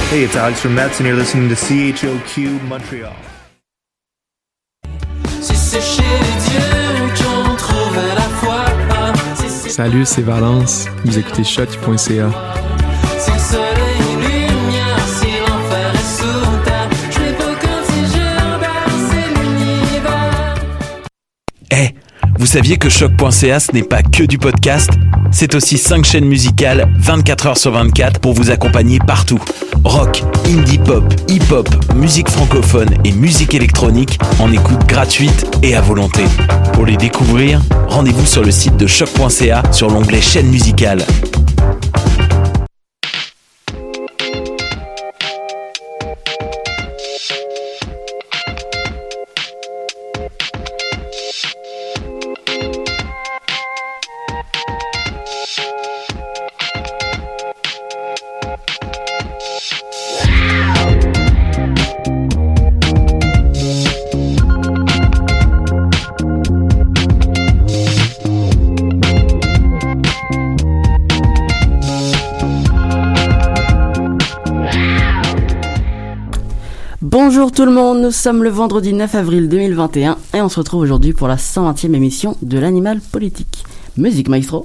Hey, it's Alex from Mets, and you're listening to CHOQ Montreal. Salut, c'est Valence. Vous écoutez choc.ca. Hey, vous saviez que choc.ca ce n'est pas que du podcast? C'est aussi 5 chaînes musicales 24 heures sur 24 pour vous accompagner partout. Rock, indie pop, hip-hop, musique francophone et musique électronique en écoute gratuite et à volonté. Pour les découvrir, rendez-vous sur le site de choc.ca sur l'onglet chaîne musicale. Bonjour tout le monde, nous sommes le vendredi 9 avril 2021 et on se retrouve aujourd'hui pour la 120e émission de l'Animal Politique. Musique maestro.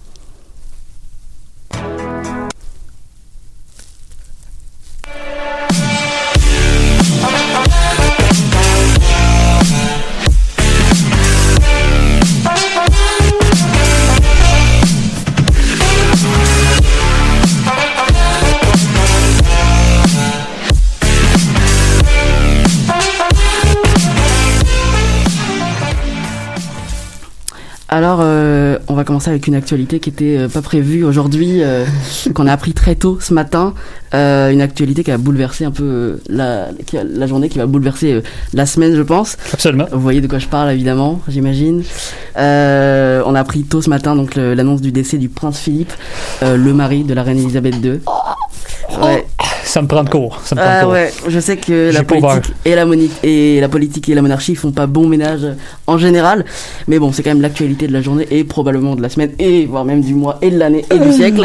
Alors, on va commencer avec une actualité qui était pas prévue aujourd'hui, qu'on a appris très tôt ce matin. Une actualité qui a bouleversé un peu la journée, qui va bouleverser la semaine, je pense. Absolument. Vous voyez de quoi je parle, évidemment, j'imagine. On a appris tôt ce matin donc l'annonce du décès du prince Philippe, le mari de la reine Elisabeth II. Ouais. Ça me prend de court. Ouais, je sais que la politique et la monarchie font pas bon ménage en général, mais bon, c'est quand même l'actualité de la journée et probablement de la semaine et voire même du mois et de l'année et du siècle.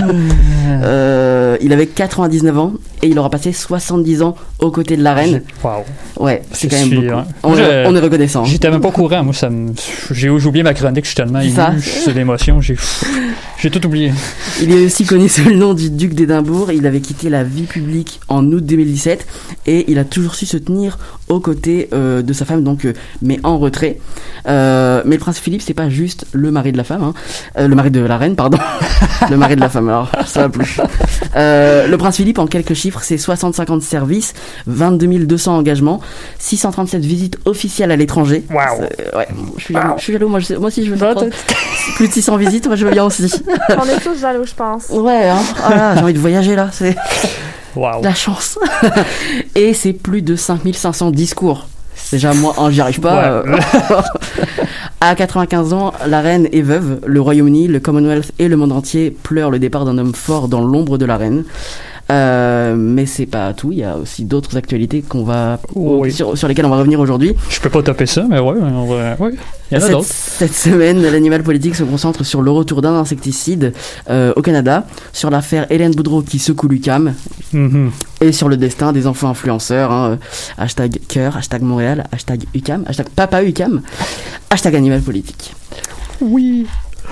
Il avait 99 ans et il aura passé 70 ans aux côtés de la reine. Waouh. Ouais, c'est quand même beaucoup. On est reconnaissant. J'étais même pas au courant, moi j'ai oublié ma chronique, je suis tellement ému, c'est l'émotion, j'ai tout oublié. Il est aussi connu sous le nom du duc d'Édimbourg. Il avait quitté la vie publique en août 2017 et il a toujours su se tenir aux côtés de sa femme, donc mais en retrait. Mais le prince Philippe, c'est pas juste le mari de la femme, le mari de la reine, pardon. Le mari de la femme, alors ça va plus. Le prince Philippe, en quelques chiffres, c'est 65 ans de service, 22 200 engagements, 637 visites officielles à l'étranger. Waouh. Ouais, je suis jaloux, moi aussi je veux faire plus de 600 visites, moi je veux bien aussi. On est tous jaloux, je pense. Ouais, hein. Oh là, j'ai envie de voyager là, c'est wow. La chance. Et c'est plus de 5500 discours. Déjà, moi, j'y arrive pas. Ouais. À 95 ans, la reine est veuve. Le Royaume-Uni, le Commonwealth et le monde entier pleurent le départ d'un homme fort dans l'ombre de la reine. Mais c'est pas tout, il y a aussi d'autres actualités sur lesquelles on va revenir aujourd'hui. Je peux pas taper ça, mais ouais, il y en a d'autres. Cette semaine, l'Animal Politique se concentre sur le retour d'un insecticide au Canada, sur l'affaire Hélène Boudreau qui secoue l'UQAM, et sur le destin des enfants influenceurs, hashtag cœur, hashtag Montréal, hashtag UQAM, hashtag papa UQAM, hashtag Animal Politique. Oui.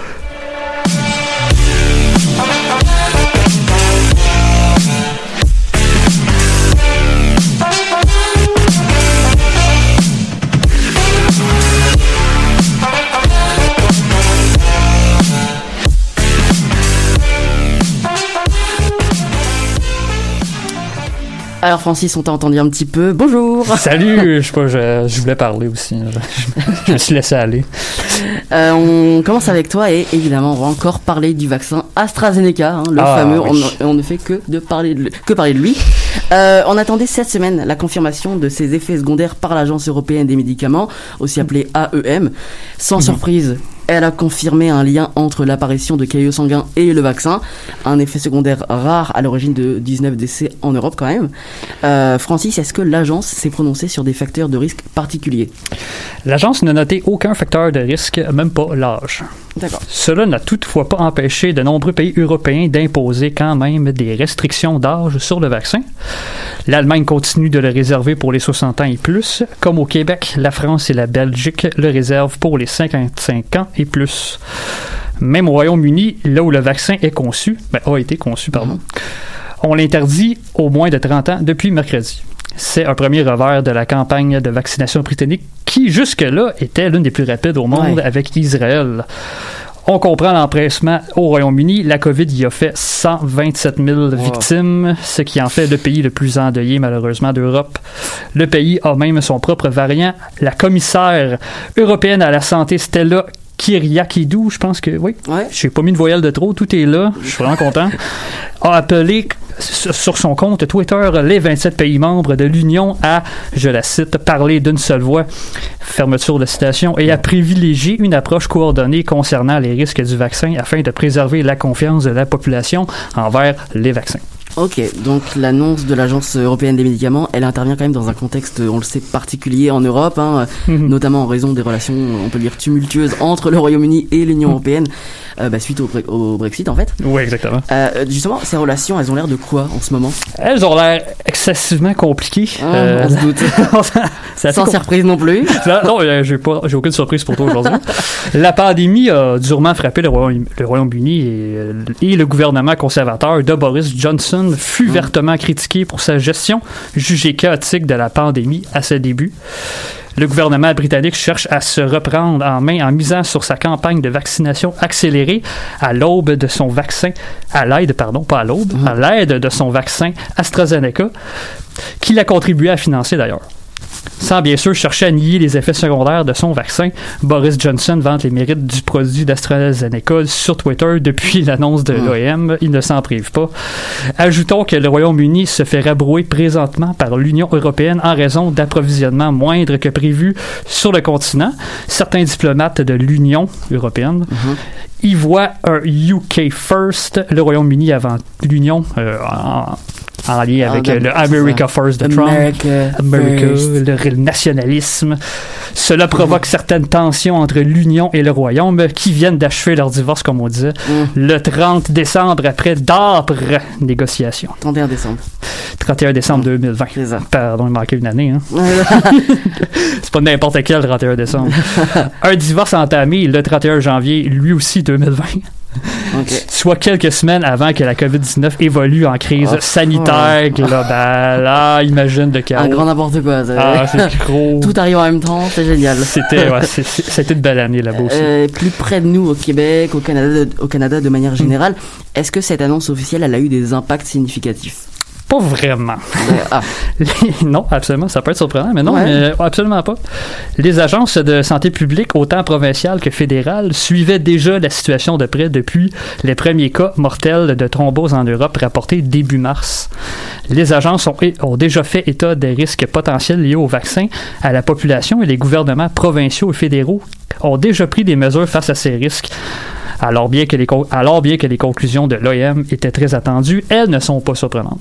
Alors Francis, on t'a entendu un petit peu. Bonjour. Salut. Je voulais parler aussi. Je me suis laissé aller. On commence avec toi et évidemment on va encore parler du vaccin AstraZeneca, le fameux. Oui. On ne fait que parler de lui. On attendait cette semaine la confirmation de ses effets secondaires par l'Agence européenne des médicaments, aussi appelée AEM. Sans surprise, Elle a confirmé un lien entre l'apparition de caillots sanguins et le vaccin, un effet secondaire rare à l'origine de 19 décès en Europe quand même. Francis, est-ce que l'agence s'est prononcée sur des facteurs de risque particuliers? L'agence n'a noté aucun facteur de risque, même pas l'âge. D'accord. Cela n'a toutefois pas empêché de nombreux pays européens d'imposer quand même des restrictions d'âge sur le vaccin. L'Allemagne continue de le réserver pour les 60 ans et plus, comme au Québec, la France et la Belgique le réservent pour les 55 ans et plus. Même au Royaume-Uni, là où le vaccin est conçu, a été conçu, on l'interdit aux moins de 30 ans depuis mercredi. C'est un premier revers de la campagne de vaccination britannique qui, jusque-là, était l'une des plus rapides au monde avec Israël. On comprend l'empressement au Royaume-Uni. La COVID y a fait 127 000 victimes, ce qui en fait le pays le plus endeuillé, malheureusement, d'Europe. Le pays a même son propre variant. La commissaire européenne à la santé, Stella Kyriakidou, je pense que oui. J'ai pas mis une voyelle de trop, tout est là. Je suis vraiment content. A appelé sur son compte Twitter les 27 pays membres de l'Union à, je la cite, parler d'une seule voix, fermeture de citation, et à privilégier une approche coordonnée concernant les risques du vaccin afin de préserver la confiance de la population envers les vaccins. Ok, donc l'annonce de l'Agence européenne des médicaments, elle intervient quand même dans un contexte, on le sait, particulier en Europe, notamment en raison des relations, on peut dire, tumultueuses entre le Royaume-Uni et l'Union européenne, suite au Brexit en fait. Oui, exactement. Justement, ces relations, elles ont l'air de quoi en ce moment? Elles ont l'air excessivement compliquées. On se doute. Sans surprise non plus. Non, j'ai aucune surprise pour toi aujourd'hui. La pandémie a durement frappé le Royaume-Uni et le gouvernement conservateur de Boris Johnson fut vertement critiqué pour sa gestion jugée chaotique de la pandémie à ses débuts. Le gouvernement britannique cherche à se reprendre en main en misant sur sa campagne de vaccination accélérée à l'aide de son vaccin AstraZeneca, qu'il a contribué à financer d'ailleurs. Sans bien sûr chercher à nier les effets secondaires de son vaccin, Boris Johnson vante les mérites du produit d'AstraZeneca sur Twitter depuis l'annonce de l'OM. Il ne s'en prive pas. Ajoutons que le Royaume-Uni se fait rabrouer présentement par l'Union européenne en raison d'approvisionnements moindres que prévu sur le continent. Certains diplomates de l'Union européenne y voient un UK First, le Royaume-Uni avant l'Union en lien avec le America First de Trump. America, le nationalisme. Cela provoque certaines tensions entre l'Union et le Royaume qui viennent d'achever leur divorce, comme on disait, le 30 décembre après d'âpres négociations. 31 décembre 2020. C'est ça. Pardon, il manquait une année. C'est pas n'importe quel 31 décembre. Un divorce entamé le 31 janvier, lui aussi 2020. Soit quelques semaines avant que la COVID-19 évolue en crise sanitaire globale. Imagine de chaos. Un grand n'importe quoi. C'est gros. Tout arrive en même temps, c'est génial. C'était une belle année là-bas aussi. Plus près de nous, au Québec, au Canada de manière générale, est-ce que cette annonce officielle elle a eu des impacts significatifs? Pas vraiment. Non, absolument. Ça peut être surprenant, mais non, mais absolument pas. Les agences de santé publique, autant provinciales que fédérales, suivaient déjà la situation de près depuis les premiers cas mortels de thrombose en Europe rapportés début mars. Les agences ont déjà fait état des risques potentiels liés au vaccin à la population et les gouvernements provinciaux et fédéraux ont déjà pris des mesures face à ces risques. Alors bien que les conclusions de l'OM étaient très attendues, elles ne sont pas surprenantes.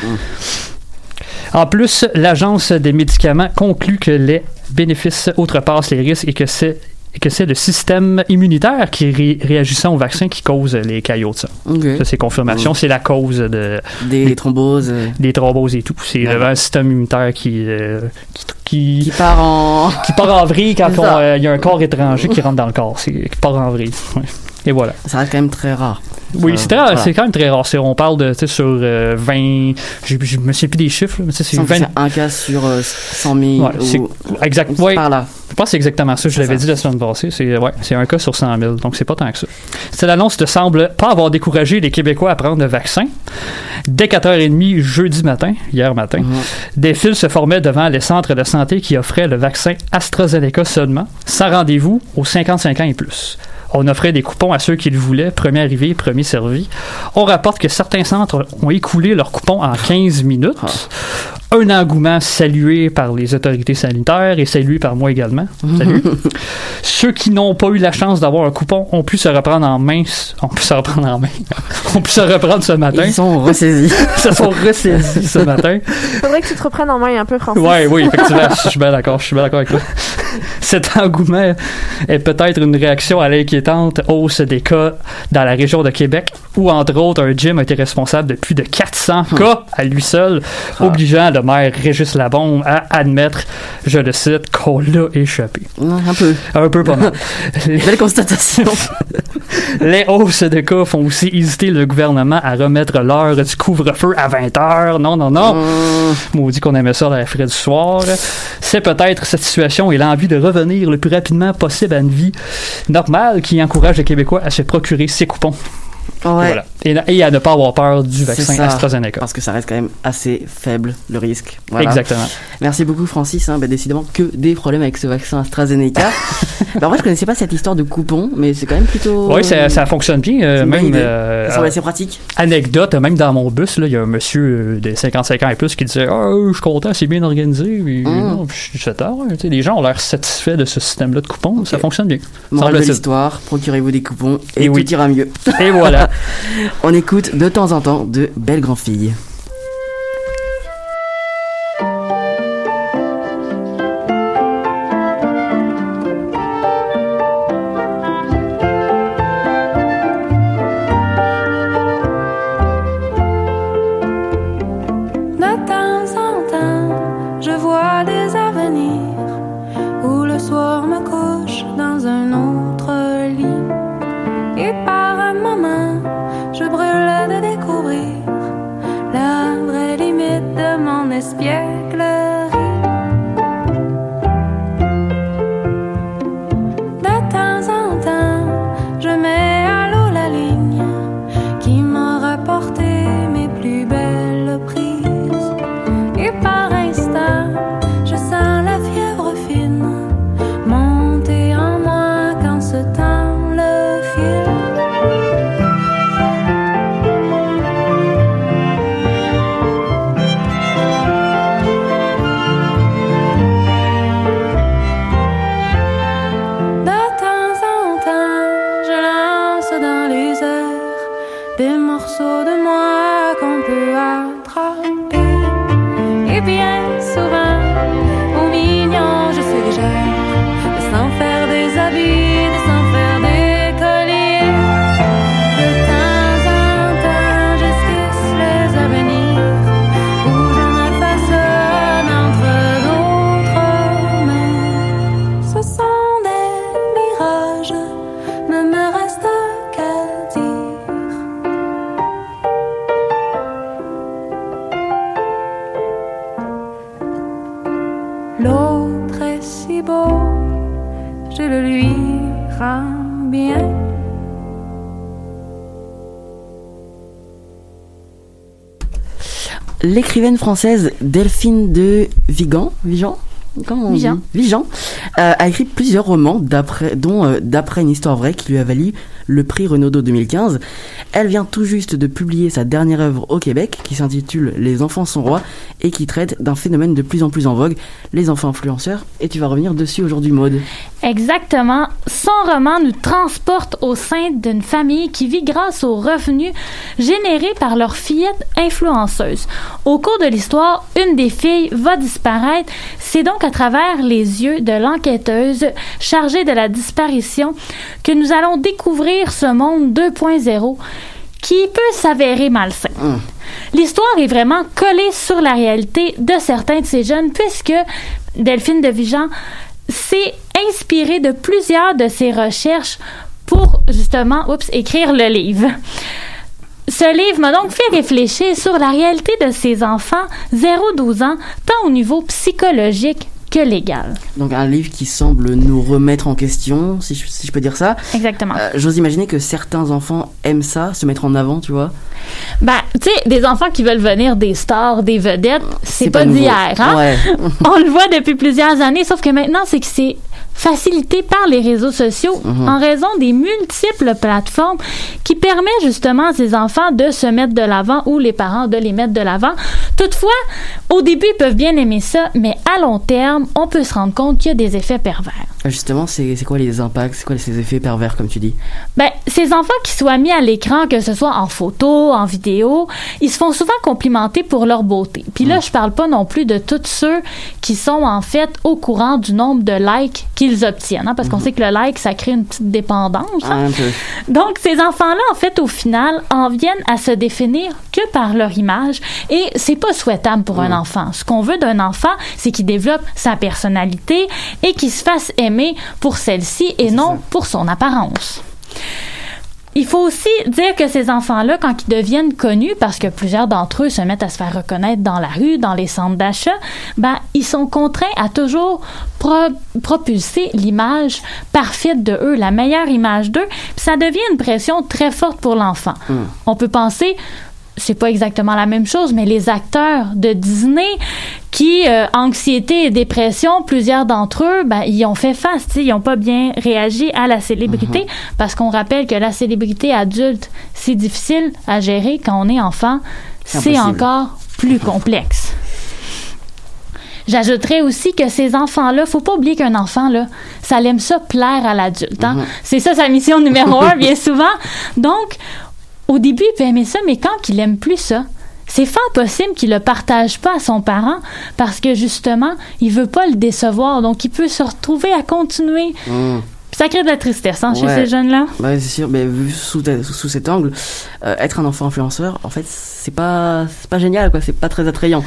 En plus, l'Agence des médicaments conclut que les bénéfices outrepassent les risques et que c'est le système immunitaire qui réagissant au vaccin qui cause les caillots de sang. Ça, c'est confirmation. C'est la cause des thromboses. Des thromboses et tout. C'est le système immunitaire qui part en vrille quand il y a un corps étranger qui rentre dans le corps. Qui part en vrille. Ouais. Et voilà. Ça reste quand même très rare. Oui, c'est quand même très rare. On parle de, sur 20... Je me souviens plus des chiffres, mais c'est 20... un cas sur 100 000 exact. Par là. Je pense que c'est exactement ça. Je l'avais dit la semaine passée. C'est un cas sur 100 000, donc c'est pas tant que ça. Cette annonce ne semble pas avoir découragé les Québécois à prendre le vaccin. Dès 4h30 hier matin, des files se formaient devant les centres de santé qui offraient le vaccin AstraZeneca seulement, sans rendez-vous aux 55 ans et plus. On offrait des coupons à ceux qui le voulaient, premier arrivé, premier servi. On rapporte que certains centres ont écoulé leurs coupons en 15 minutes. un engouement salué par les autorités sanitaires et salué par moi également. Salut. Ceux qui n'ont pas eu la chance d'avoir un coupon ont pu se reprendre en main. On peut se reprendre ce matin. Ils sont ressaisis. Ils se sont ressaisis ce matin. Faudrait que tu te reprennes en main un peu, Francis. Oui, effectivement, je suis bien d'accord avec toi. Cet engouement est peut-être une réaction à l'inquiétante hausse des cas dans la région de Québec, où entre autres un gym a été responsable de plus de 400 cas à lui seul, obligeant le maire Régis Labombe à admettre, je le cite, qu'on l'a échappé. Un peu pas mal. Belle constatation. Les hausses de cas font aussi hésiter le gouvernement à remettre l'heure du couvre-feu à 20h. Non. Maudit qu'on aimait ça dans la frais du soir. C'est peut-être cette situation et l'envie de revenir le plus rapidement possible à une vie normale qui encourage les Québécois à se procurer ces coupons. Ouais. Et à ne pas avoir peur du vaccin AstraZeneca. Parce que ça reste quand même assez faible, le risque. Voilà. Exactement. Merci beaucoup, Francis. Décidément que des problèmes avec ce vaccin AstraZeneca. En vrai, je connaissais pas cette histoire de coupon, mais c'est quand même plutôt... Oui, ça fonctionne bien. Même, ça semble assez pratique. Anecdote, même dans mon bus, il y a un monsieur de 55 ans et plus qui disait « je suis content, c'est bien organisé. » Les gens ont l'air satisfaits de ce système-là de coupons. Okay. Ça fonctionne bien. Morale de l'histoire, procurez-vous des coupons et tout ira mieux. Et voilà. On écoute de temps en temps de belles grand-filles. De temps en temps, je vois des avenirs où le soir me couche dans un autre lit. Et par un moment, je brûle de découvrir la vraie limite de mon espièglerie. De temps en temps, je mets à l'eau la ligne qui m'a rapporté mes plus belles prises. Et par instant, je sens la fièvre fine monter en moi quand se tend le fil. Des morceaux de moi qu'on peut attraper. Et bien souvent, aux mignons, je suggère de s'en faire des habits, de s'en faire des colliers. De temps en temps, j'esquisse les avenirs où je me façonne entre d'autres mains. Ce sont des mirages, ne me reste qu'à dire. L'autre est si beau, je le lui rends bien. L'écrivaine française Delphine de Vigan, comment on dit ? Vigan, a écrit plusieurs romans dont d'après une histoire vraie qui lui a valu le prix Renaudot 2015. Elle vient tout juste de publier sa dernière œuvre au Québec qui s'intitule Les enfants sont rois et qui traite d'un phénomène de plus en plus en vogue, les enfants influenceurs, et tu vas revenir dessus aujourd'hui, Maude. Exactement. Son roman nous transporte au sein d'une famille qui vit grâce aux revenus générés par leur fillette influenceuse. Au cours de l'histoire, une des filles va disparaître. C'est donc à travers les yeux de l'enquêteuse chargée de la disparition que nous allons découvrir ce monde 2.0 qui peut s'avérer malsain. L'histoire est vraiment collée sur la réalité de certains de ces jeunes puisque Delphine de Vigan s'est inspirée de plusieurs de ses recherches pour justement écrire le livre. Ce livre m'a donc fait réfléchir sur la réalité de ces enfants 0-12 ans, tant au niveau psychologique que légal. Donc un livre qui semble nous remettre en question, si je peux dire ça. Exactement. J'ose imaginer que certains enfants aiment ça, se mettre en avant, tu vois. Tu sais, des enfants qui veulent venir des stars, des vedettes, c'est pas d'hier, hein? Ouais. On le voit depuis plusieurs années, sauf que maintenant, c'est que c'est facilité par les réseaux sociaux en raison des multiples plateformes qui permettent justement à ces enfants de se mettre de l'avant ou les parents de les mettre de l'avant, Toutefois, au début, ils peuvent bien aimer ça, mais à long terme, on peut se rendre compte qu'il y a des effets pervers. Justement, c'est quoi les impacts, c'est quoi ces effets pervers, comme tu dis? Ben, ces enfants qui soient mis à l'écran, que ce soit en photo, en vidéo, ils se font souvent complimenter pour leur beauté. Puis là, je parle pas non plus de tous ceux qui sont en fait au courant du nombre de likes qu'ils obtiennent, hein, parce qu'on sait que le like, ça crée une petite dépendance. Hein. Un peu. Donc, ces enfants-là, en fait, au final, en viennent à se définir que par leur image, et c'est pas souhaitable pour un enfant. Ce qu'on veut d'un enfant, c'est qu'il développe sa personnalité et qu'il se fasse aimer pour celle-ci et non pour son apparence. Il faut aussi dire que ces enfants-là, quand ils deviennent connus, parce que plusieurs d'entre eux se mettent à se faire reconnaître dans la rue, dans les centres d'achat, ben, ils sont contraints à toujours propulser l'image parfaite de eux, la meilleure image d'eux, puis ça devient une pression très forte pour l'enfant. On peut penser, c'est pas exactement la même chose, mais les acteurs de Disney qui, anxiété et dépression, plusieurs d'entre eux, ben, ils ont fait face, ils n'ont pas bien réagi à la célébrité, parce qu'on rappelle que la célébrité adulte, c'est difficile à gérer quand on est enfant, c'est encore plus complexe. J'ajouterais aussi que ces enfants-là, faut pas oublier qu'un enfant, là, ça aime ça plaire à l'adulte. Hein? C'est ça sa mission numéro 1, bien souvent. Donc, au début, il peut aimer ça, mais quand il aime plus ça, c'est fort possible qu'il le partage pas à son parent parce que, justement, il veut pas le décevoir. Donc, il peut se retrouver à continuer. Ça crée de la tristesse, hein, chez ces jeunes-là. Ouais, c'est sûr. Mais vu sous cet angle, être un enfant influenceur, en fait, c'est pas génial, quoi. C'est pas très attrayant.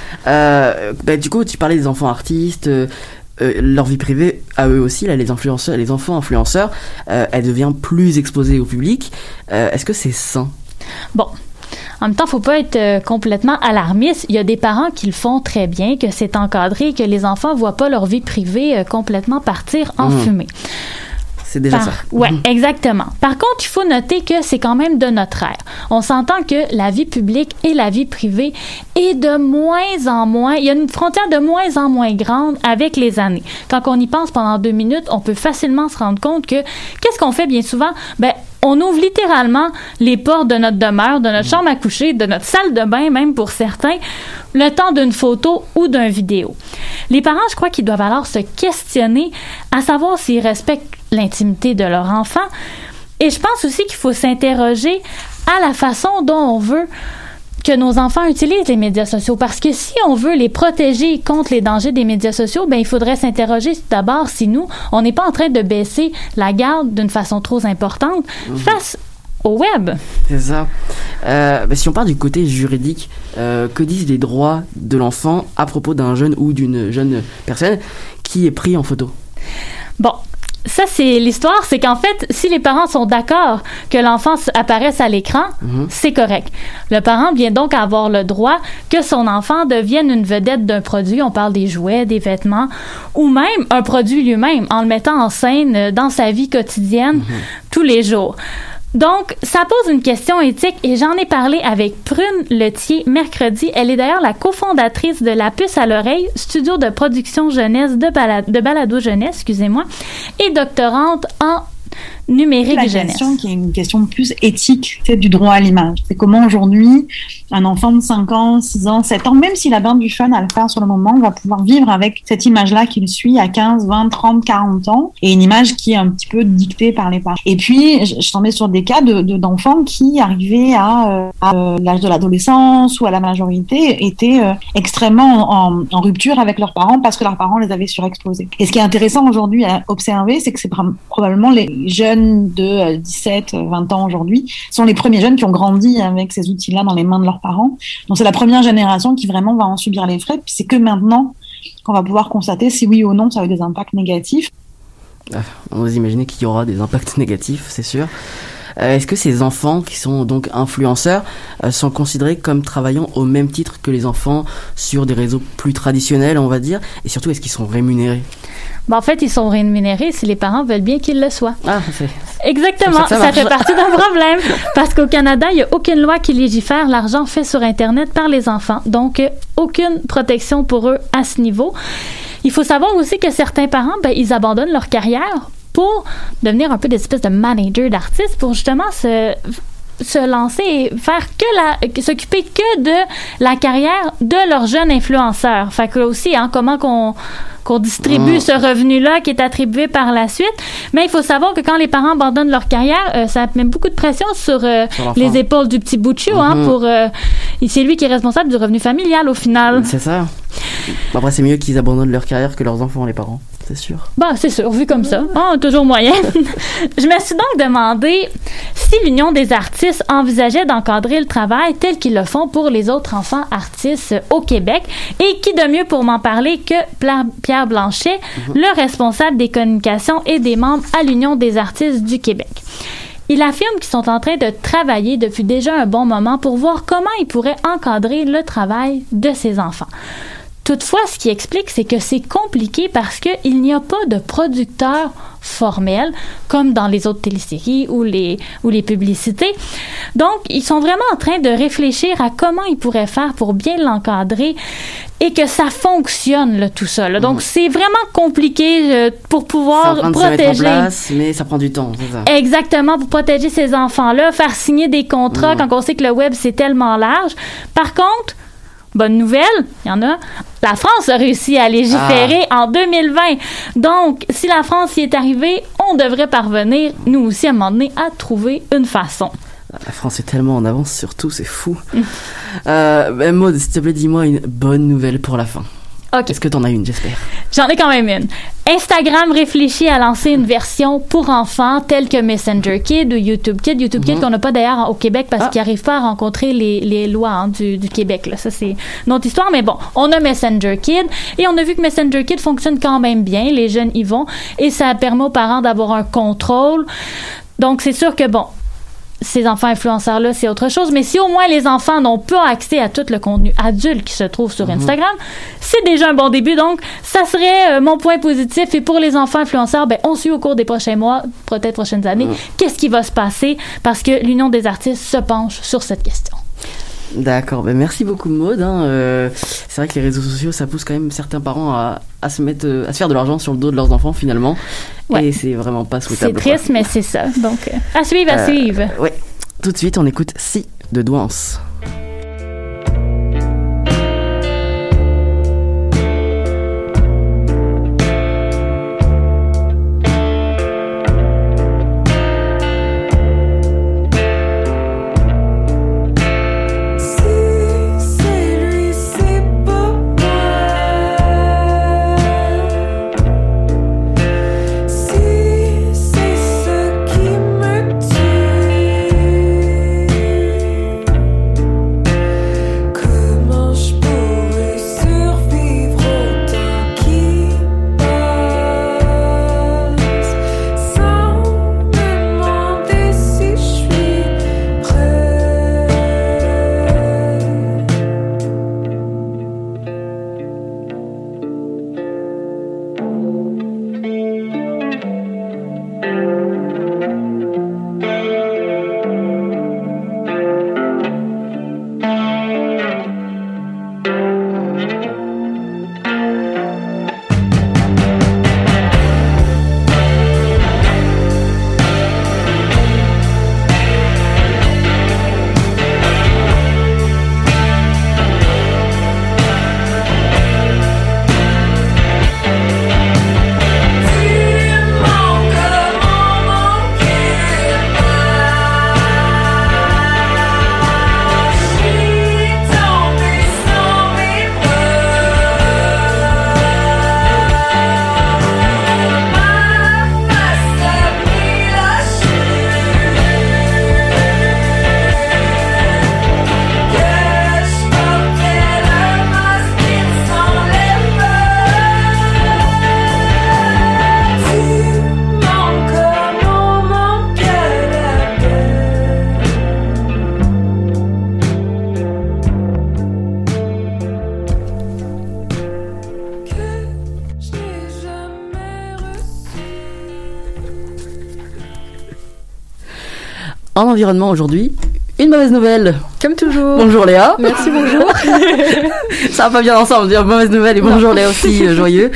Du coup, tu parlais des enfants artistes, leur vie privée, à eux aussi, là, les enfants influenceurs, elle devient plus exposée au public. Est-ce que c'est sain? Bon. En même temps, faut pas être complètement alarmiste. Il y a des parents qui le font très bien, que c'est encadré, que les enfants voient pas leur vie privée complètement partir en fumée. C'est déjà ça. Oui, exactement. Par contre, il faut noter que c'est quand même de notre ère. On s'entend que la vie publique et la vie privée est de moins en moins... Il y a une frontière de moins en moins grande avec les années. Quand on y pense pendant 2 minutes, on peut facilement se rendre compte que... Qu'est-ce qu'on fait bien souvent? Ben, on ouvre littéralement les portes de notre demeure, de notre chambre à coucher, de notre salle de bain, même pour certains, le temps d'une photo ou d'une vidéo. Les parents, je crois qu'ils doivent alors se questionner à savoir s'ils respectent l'intimité de leur enfant. Et je pense aussi qu'il faut s'interroger à la façon dont on veut que nos enfants utilisent les médias sociaux. Parce que si on veut les protéger contre les dangers des médias sociaux, ben il faudrait s'interroger d'abord si nous, on n'est pas en train de baisser la garde d'une façon trop importante face au web. C'est ça. Si on part du côté juridique, que disent les droits de l'enfant à propos d'un jeune ou d'une jeune personne qui est pris en photo? Bon, ça, c'est l'histoire, c'est qu'en fait, si les parents sont d'accord que l'enfant apparaisse à l'écran, c'est correct. Le parent vient donc avoir le droit que son enfant devienne une vedette d'un produit, on parle des jouets, des vêtements, ou même un produit lui-même, en le mettant en scène dans sa vie quotidienne tous les jours. Donc, ça pose une question éthique et j'en ai parlé avec Prune Letier mercredi. Elle est d'ailleurs la cofondatrice de La Puce à l'oreille, studio de production jeunesse de balado jeunesse, excusez-moi, et doctorante en numérique la jeunesse. Question qui est une question plus éthique, c'est du droit à l'image. C'est comment aujourd'hui, un enfant de 5 ans, 6 ans, 7 ans, même s'il a bien du fun à le faire sur le moment, va pouvoir vivre avec cette image-là qu'il suit à 15, 20, 30, 40 ans, et une image qui est un petit peu dictée par les parents. Et puis, je tombais sur des cas d'enfants qui, arrivés à l'âge de l'adolescence ou à la majorité, étaient extrêmement en rupture avec leurs parents parce que leurs parents les avaient surexposés. Et ce qui est intéressant aujourd'hui à observer, c'est que c'est probablement les jeunes de 17, 20 ans aujourd'hui sont les premiers jeunes qui ont grandi avec ces outils-là dans les mains de leurs parents. Donc c'est la première génération qui vraiment va en subir les frais. Puis c'est que maintenant qu'on va pouvoir constater si oui ou non ça a eu des impacts négatifs. On va imaginer qu'il y aura des impacts négatifs, c'est sûr. Est-ce que ces enfants qui sont donc influenceurs sont considérés comme travaillant au même titre que les enfants sur des réseaux plus traditionnels, on va dire? Et surtout, est-ce qu'ils sont rémunérés? Ben, en fait, ils sont rémunérés si les parents veulent bien qu'ils le soient. Ah, c'est... Exactement, ça fait partie d'un problème. Parce qu'au Canada, il n'y a aucune loi qui légifère l'argent fait sur Internet par les enfants. Donc, aucune protection pour eux à ce niveau. Il faut savoir aussi que certains parents, ben, ils abandonnent leur carrière pour devenir un peu des espèces de managers d'artistes pour justement se lancer et faire s'occuper que de la carrière de leurs jeunes influenceurs. Fait que là aussi, comment qu'on distribue ce revenu-là qui est attribué par la suite. Mais il faut savoir que quand les parents abandonnent leur carrière, ça met beaucoup de pression sur les épaules du petit bout de chou, c'est lui qui est responsable du revenu familial au final. C'est ça. Après, c'est mieux qu'ils abandonnent leur carrière que leurs enfants, les parents. C'est sûr. C'est sûr, vu comme ça. Toujours moyen. Je me suis donc demandé si l'Union des artistes envisageait d'encadrer le travail tel qu'ils le font pour les autres enfants artistes au Québec. Et qui de mieux pour m'en parler que Pierre Blanchet, le responsable des communications et des membres à l'Union des artistes du Québec. Il affirme qu'ils sont en train de travailler depuis déjà un bon moment pour voir comment ils pourraient encadrer le travail de ces enfants. Toutefois, ce qui explique, c'est que c'est compliqué parce qu'il n'y a pas de producteur formel, comme dans les autres téléséries ou les publicités. Donc, ils sont vraiment en train de réfléchir à comment ils pourraient faire pour bien l'encadrer et que ça fonctionne, tout ça. Donc, c'est vraiment compliqué pour pouvoir protéger. Se mettre en place, mais ça prend du temps, c'est ça. Exactement, pour protéger ces enfants-là, faire signer des contrats quand on sait que le web, c'est tellement large. Par contre, bonne nouvelle, il y en a. La France a réussi à légiférer en 2020. Donc, si la France y est arrivée, on devrait parvenir, nous aussi, à un moment donné, à trouver une façon. La France est tellement en avance sur tout, c'est fou. Maud, s'il te plaît, dis-moi une bonne nouvelle pour la fin. Okay. Est-ce que t'en as une, j'espère? J'en ai quand même une. Instagram réfléchit à lancer une version pour enfants telle que Messenger Kid ou YouTube Kid. YouTube Kid qu'on n'a pas d'ailleurs au Québec parce qu'ils n'arrivent pas à rencontrer les lois du Québec. Là. Ça, c'est une autre histoire. Mais bon, on a Messenger Kid et on a vu que Messenger Kid fonctionne quand même bien. Les jeunes y vont et ça permet aux parents d'avoir un contrôle. Donc, c'est sûr que ces enfants influenceurs-là, c'est autre chose. Mais si au moins les enfants n'ont pas accès à tout le contenu adulte qui se trouve sur Instagram, c'est déjà un bon début. Donc, ça serait mon point positif. Et pour les enfants influenceurs, on suit au cours des prochains mois, peut-être prochaines années, qu'est-ce qui va se passer parce que l'Union des artistes se penche sur cette question. D'accord, merci beaucoup Maud. C'est vrai que les réseaux sociaux, ça pousse quand même certains parents à se faire de l'argent sur le dos de leurs enfants finalement. Ouais. Et c'est vraiment pas souhaitable. C'est triste, mais c'est ça. Donc, à suivre. Ouais. Tout de suite, on écoute Si de Douance. En environnement aujourd'hui, une une mauvaise nouvelle. Comme toujours. Bonjour Léa. Merci, bonjour. Ça va pas bien ensemble, dire mauvaise nouvelle et bonjour Léa aussi, joyeux.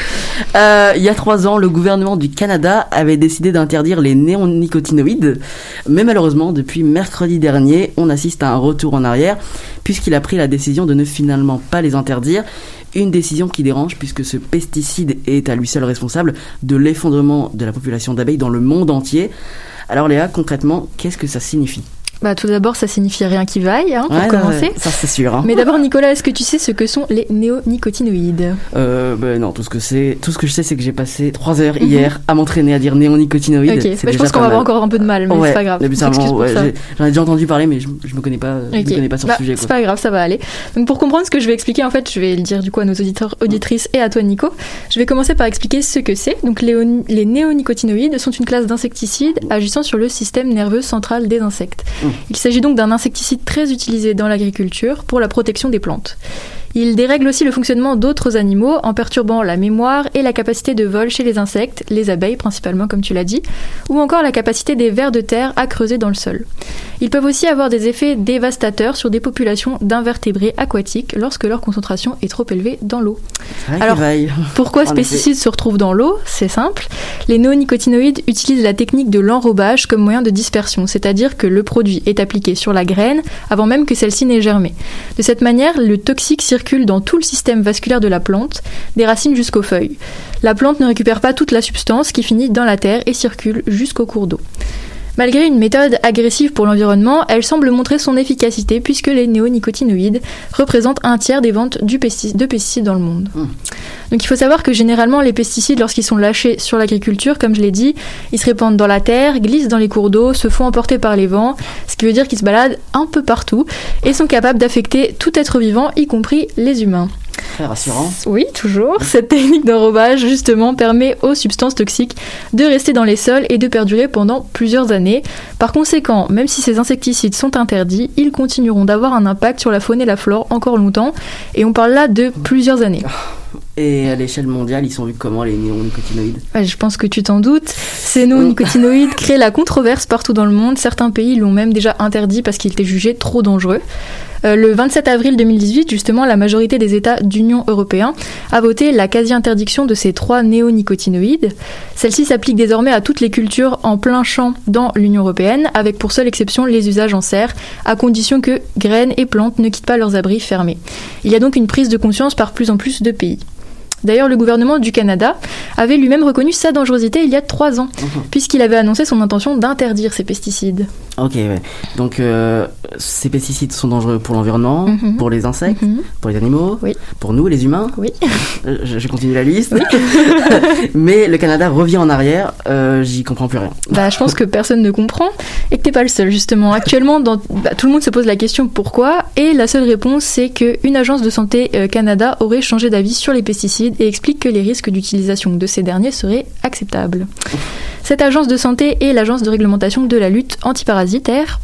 Il y a 3 ans, le gouvernement du Canada avait décidé d'interdire les néonicotinoïdes. Mais malheureusement, depuis mercredi dernier, on assiste à un retour en arrière, puisqu'il a pris la décision de ne finalement pas les interdire. Une décision qui dérange puisque ce pesticide est à lui seul responsable de l'effondrement de la population d'abeilles dans le monde entier. Alors Léa, concrètement, qu'est-ce que ça signifie ? Bah, tout d'abord, ça signifie rien qui vaille, pour commencer. Ça, c'est sûr. Mais d'abord, Nicolas, est-ce que tu sais ce que sont les néonicotinoïdes ? Non, tout ce que je sais, c'est que j'ai passé 3 heures hier à m'entraîner à dire néonicotinoïdes. Ok, je pense qu'on va avoir encore un peu de mal, mais c'est pas grave. J'en ai déjà entendu parler, mais je me connais pas, je me connais pas sur le sujet. C'est pas grave, ça va aller. Donc, pour comprendre ce que je vais expliquer, en fait, je vais le dire du coup à nos auditeurs, auditrices et à toi, Nico. Je vais commencer par expliquer ce que c'est. Donc, les néonicotinoïdes sont une classe d'insecticides agissant sur le système nerveux central des insectes. Il s'agit donc d'un insecticide très utilisé dans l'agriculture pour la protection des plantes. Il dérègle aussi le fonctionnement d'autres animaux en perturbant la mémoire et la capacité de vol chez les insectes, les abeilles principalement comme tu l'as dit, ou encore la capacité des vers de terre à creuser dans le sol. Ils peuvent aussi avoir des effets dévastateurs sur des populations d'invertébrés aquatiques lorsque leur concentration est trop élevée dans l'eau. Alors, pourquoi ce pesticide se retrouve dans l'eau ? C'est simple. Les néonicotinoïdes utilisent la technique de l'enrobage comme moyen de dispersion, c'est-à-dire que le produit est appliqué sur la graine avant même que celle-ci n'ait germé. De cette manière, le toxique circule dans tout le système vasculaire de la plante, des racines jusqu'aux feuilles. La plante ne récupère pas toute la substance qui finit dans la terre et circule jusqu'au cours d'eau. Malgré une méthode agressive pour l'environnement, elle semble montrer son efficacité puisque les néonicotinoïdes représentent 1/3 des ventes de pesticides dans le monde. Donc il faut savoir que généralement les pesticides, lorsqu'ils sont lâchés sur l'agriculture, comme je l'ai dit, ils se répandent dans la terre, glissent dans les cours d'eau, se font emporter par les vents, ce qui veut dire qu'ils se baladent un peu partout et sont capables d'affecter tout être vivant, y compris les humains. Très rassurant. Oui, toujours. Cette technique d'enrobage, justement, permet aux substances toxiques de rester dans les sols et de perdurer pendant plusieurs années. Par conséquent, même si ces insecticides sont interdits, ils continueront d'avoir un impact sur la faune et la flore encore longtemps. Et on parle là de plusieurs années. Et à l'échelle mondiale, ils sont vus comment les néonicotinoïdes ? Je pense que tu t'en doutes. Ces néonicotinoïdes créent la controverse partout dans le monde. Certains pays l'ont même déjà interdit parce qu'il était jugé trop dangereux. Le 27 avril 2018, justement, la majorité des États d'Union européenne a voté la quasi-interdiction de ces 3 néonicotinoïdes. Celle-ci s'applique désormais à toutes les cultures en plein champ dans l'Union européenne, avec pour seule exception les usages en serre, à condition que graines et plantes ne quittent pas leurs abris fermés. Il y a donc une prise de conscience par plus en plus de pays. D'ailleurs, le gouvernement du Canada avait lui-même reconnu sa dangerosité il y a 3 ans, puisqu'il avait annoncé son intention d'interdire ces pesticides. Ok, ouais. Donc, ces pesticides sont dangereux pour l'environnement, pour les insectes, pour les animaux, pour nous, les humains. Oui. Je continue la liste. Mais le Canada revient en arrière, j'y comprends plus rien. Je pense que personne ne comprend et que t'es pas le seul, justement. Actuellement, tout le monde se pose la question pourquoi, et la seule réponse, c'est qu'une agence de santé Canada aurait changé d'avis sur les pesticides et explique que les risques d'utilisation de ces derniers seraient acceptables. Cette agence de santé est l'agence de réglementation de la lutte antiparasitaire.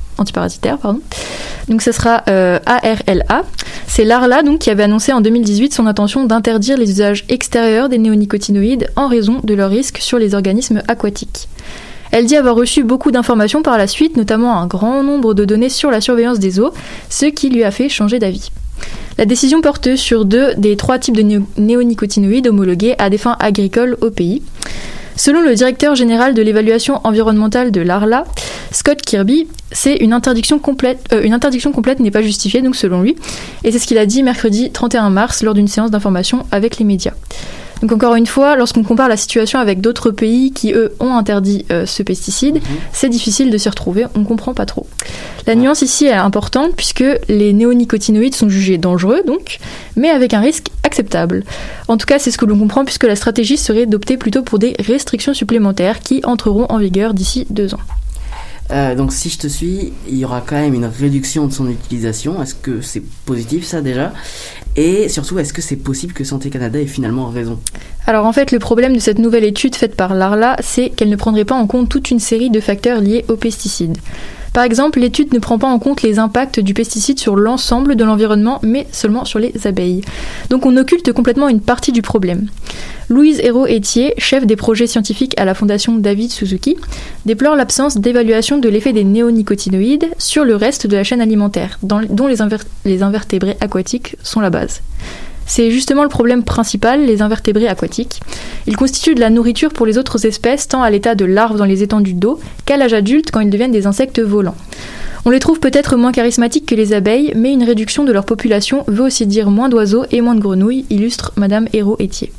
Donc ce sera ARLA. C'est l'ARLA donc, qui avait annoncé en 2018 son intention d'interdire les usages extérieurs des néonicotinoïdes en raison de leurs risques sur les organismes aquatiques. Elle dit avoir reçu beaucoup d'informations par la suite, notamment un grand nombre de données sur la surveillance des eaux, ce qui lui a fait changer d'avis. La décision porte sur 2 des 3 types de néonicotinoïdes homologués à des fins agricoles au pays. Selon le directeur général de l'évaluation environnementale de l'ARLA, Scott Kirby, une interdiction complète n'est pas justifiée, donc selon lui, et c'est ce qu'il a dit mercredi 31 mars lors d'une séance d'information avec les médias. Donc encore une fois, lorsqu'on compare la situation avec d'autres pays qui, eux, ont interdit ce pesticide, c'est difficile de s'y retrouver, on comprend pas trop. La nuance ici est importante puisque les néonicotinoïdes sont jugés dangereux, donc, mais avec un risque acceptable. En tout cas, c'est ce que l'on comprend puisque la stratégie serait d'opter plutôt pour des restrictions supplémentaires qui entreront en vigueur d'ici 2 ans. Donc si je te suis, il y aura quand même une réduction de son utilisation. Est-ce que c'est positif ça déjà ? Et surtout, est-ce que c'est possible que Santé Canada ait finalement raison ? Alors en fait, le problème de cette nouvelle étude faite par l'ARLA, c'est qu'elle ne prendrait pas en compte toute une série de facteurs liés aux pesticides. Par exemple, l'étude ne prend pas en compte les impacts du pesticide sur l'ensemble de l'environnement, mais seulement sur les abeilles. Donc on occulte complètement une partie du problème. Louise Hérault-Etier, chef des projets scientifiques à la Fondation David Suzuki, déplore l'absence d'évaluation de l'effet des néonicotinoïdes sur le reste de la chaîne alimentaire, dont les invertébrés aquatiques sont la base. C'est justement le problème principal, les invertébrés aquatiques. Ils constituent de la nourriture pour les autres espèces, tant à l'état de larves dans les étendues d'eau qu'à l'âge adulte quand ils deviennent des insectes volants. On les trouve peut-être moins charismatiques que les abeilles, mais une réduction de leur population veut aussi dire moins d'oiseaux et moins de grenouilles, illustre Madame Hérault-Etier.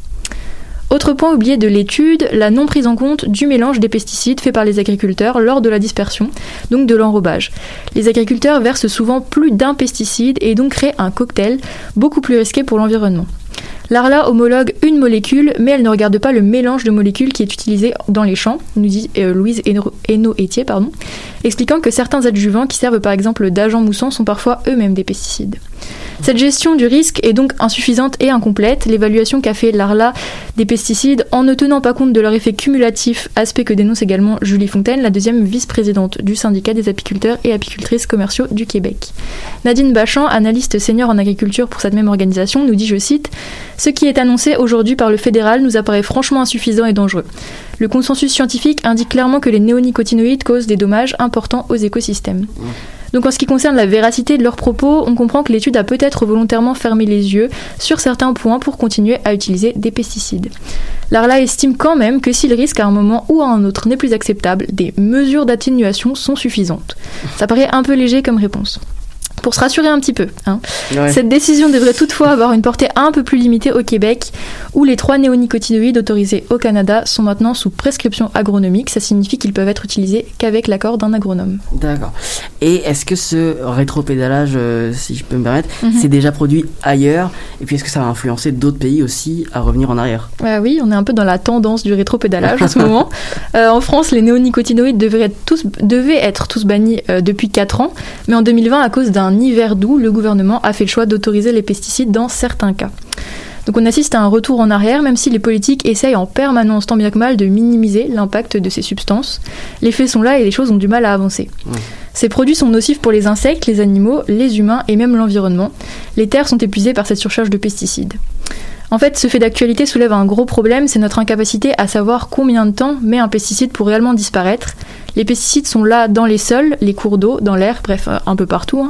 Autre point oublié de l'étude, la non prise en compte du mélange des pesticides faits par les agriculteurs lors de la dispersion, donc de l'enrobage. Les agriculteurs versent souvent plus d'un pesticide et donc créent un cocktail beaucoup plus risqué pour l'environnement. L'ARLA homologue une molécule, mais elle ne regarde pas le mélange de molécules qui est utilisé dans les champs, nous dit Louise Hérault-Etier, expliquant que certains adjuvants qui servent par exemple d'agents moussants sont parfois eux-mêmes des pesticides. Cette gestion du risque est donc insuffisante et incomplète. L'évaluation qu'a fait l'ARLA des pesticides, en ne tenant pas compte de leur effet cumulatif, aspect que dénonce également Julie Fontaine, la deuxième vice-présidente du syndicat des apiculteurs et apicultrices commerciaux du Québec. Nadine Bachand, analyste senior en agriculture pour cette même organisation, nous dit, je cite, « Ce qui est annoncé aujourd'hui par le fédéral nous apparaît franchement insuffisant et dangereux. Le consensus scientifique indique clairement que les néonicotinoïdes causent des dommages importants aux écosystèmes. » Donc en ce qui concerne la véracité de leurs propos, on comprend que l'étude a peut-être volontairement fermé les yeux sur certains points pour continuer à utiliser des pesticides. L'ARLA estime quand même que si le risque à un moment ou à un autre n'est plus acceptable, des mesures d'atténuation sont suffisantes. Ça paraît un peu léger comme réponse. Pour se rassurer un petit peu, Cette décision devrait toutefois avoir une portée un peu plus limitée au Québec, où les 3 néonicotinoïdes autorisés au Canada sont maintenant sous prescription agronomique. Ça signifie qu'ils peuvent être utilisés qu'avec l'accord d'un agronome. D'accord. Et est-ce que ce rétropédalage, si je peux me permettre, c'est déjà produit ailleurs? Et puis est-ce que ça va influencer d'autres pays aussi à revenir en arrière? Oui, on est un peu dans la tendance du rétropédalage en ce moment. En France, les néonicotinoïdes devaient être tous bannis depuis 4 ans, mais en 2020, à cause d'un hiver doux, le gouvernement a fait le choix d'autoriser les pesticides dans certains cas. Donc on assiste à un retour en arrière, même si les politiques essayent en permanence, tant bien que mal, de minimiser l'impact de ces substances. Les faits sont là et les choses ont du mal à avancer. Ces produits sont nocifs pour les insectes, les animaux, les humains et même l'environnement. Les terres sont épuisées par cette surcharge de pesticides. En fait, ce fait d'actualité soulève un gros problème, c'est notre incapacité à savoir combien de temps met un pesticide pour réellement disparaître. Les pesticides sont là dans les sols, les cours d'eau, dans l'air, bref, un peu partout.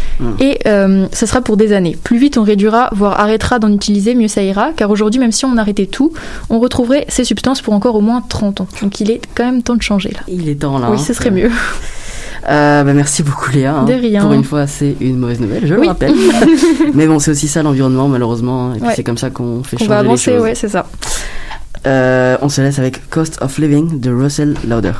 Et ça sera pour des années. Plus vite on réduira, voire arrêtera d'en utiliser, mieux ça ira, car aujourd'hui, même si on arrêtait tout, on retrouverait ces substances pour encore au moins 30 ans. Donc il est quand même temps de changer là. Il est temps là. Oui, ce serait mieux. Merci beaucoup Léa. De rien. Pour une fois, c'est une mauvaise nouvelle, je le rappelle. Mais bon, c'est aussi ça l'environnement, malheureusement. Et puis c'est comme ça qu'on fait changer va avancer, les choses. Ouais, c'est ça. On se laisse avec Cost of Living de Russell Lauder.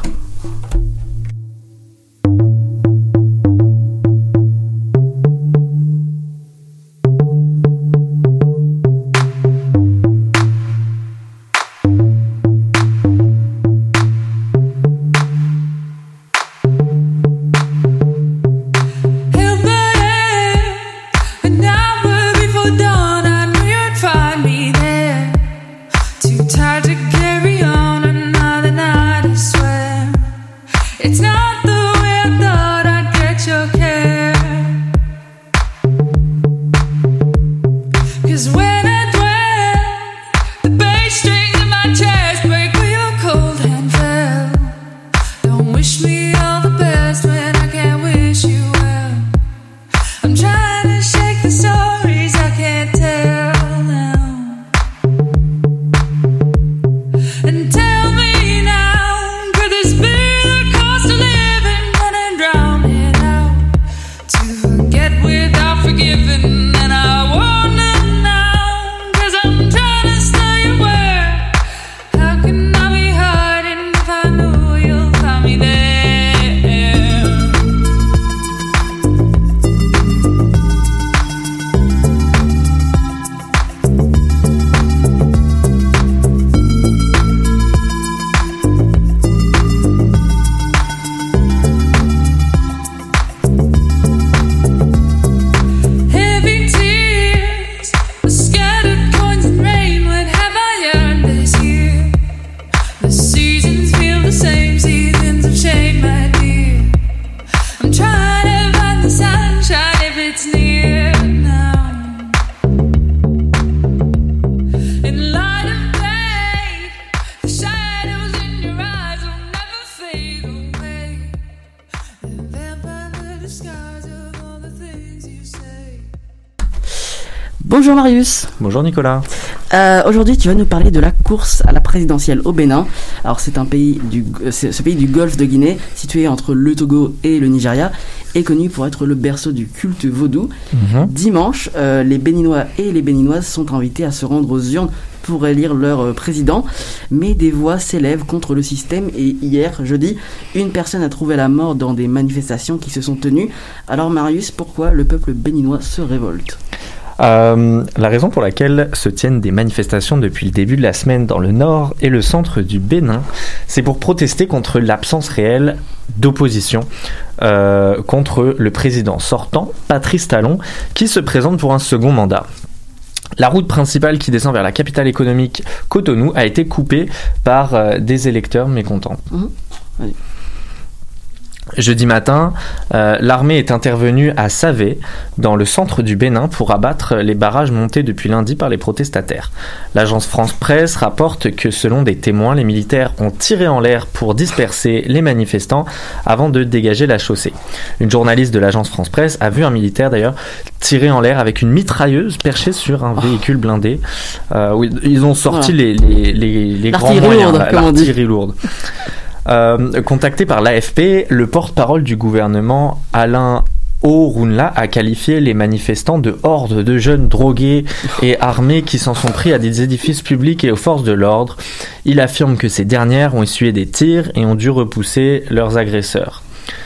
Bonjour Marius. Bonjour Nicolas. Aujourd'hui, tu vas nous parler de la course à la présidentielle au Bénin. Alors, c'est ce pays du Golfe de Guinée, situé entre le Togo et le Nigeria, est connu pour être le berceau du culte vaudou. Dimanche, les Béninois et les Béninoises sont invités à se rendre aux urnes pour élire leur président, mais des voix s'élèvent contre le système et hier, jeudi, une personne a trouvé la mort dans des manifestations qui se sont tenues. Alors Marius, pourquoi le peuple béninois se révolte ? La raison pour laquelle se tiennent des manifestations depuis le début de la semaine dans le nord et le centre du Bénin, c'est pour protester contre l'absence réelle d'opposition contre le président sortant, Patrice Talon, qui se présente pour un second mandat. La route principale qui descend vers la capitale économique Cotonou a été coupée par des électeurs mécontents. Allez. Jeudi matin, l'armée est intervenue à Savé, dans le centre du Bénin, pour abattre les barrages montés depuis lundi par les protestataires. L'agence France-Presse rapporte que, selon des témoins, les militaires ont tiré en l'air pour disperser les manifestants avant de dégager la chaussée. Une journaliste de l'agence France-Presse a vu un militaire, d'ailleurs, tirer en l'air avec une mitrailleuse perchée sur un véhicule blindé. Oui, ils ont sorti les grands moyens, l'artillerie lourde. Contacté par l'AFP, le porte-parole du gouvernement, Alain Orunla, a qualifié les manifestants de hordes de jeunes drogués et armés qui s'en sont pris à des édifices publics et aux forces de l'ordre. Il affirme que ces dernières ont essuyé des tirs et ont dû repousser leurs agresseurs.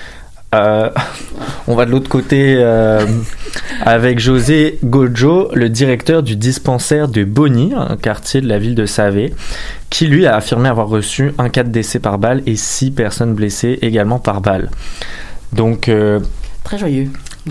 On va de l'autre côté avec José Gojo, le directeur du dispensaire de Boni, un quartier de la ville de Savé, qui lui a affirmé avoir reçu un cas de décès par balle et 6 personnes blessées également par balle. Donc très joyeux.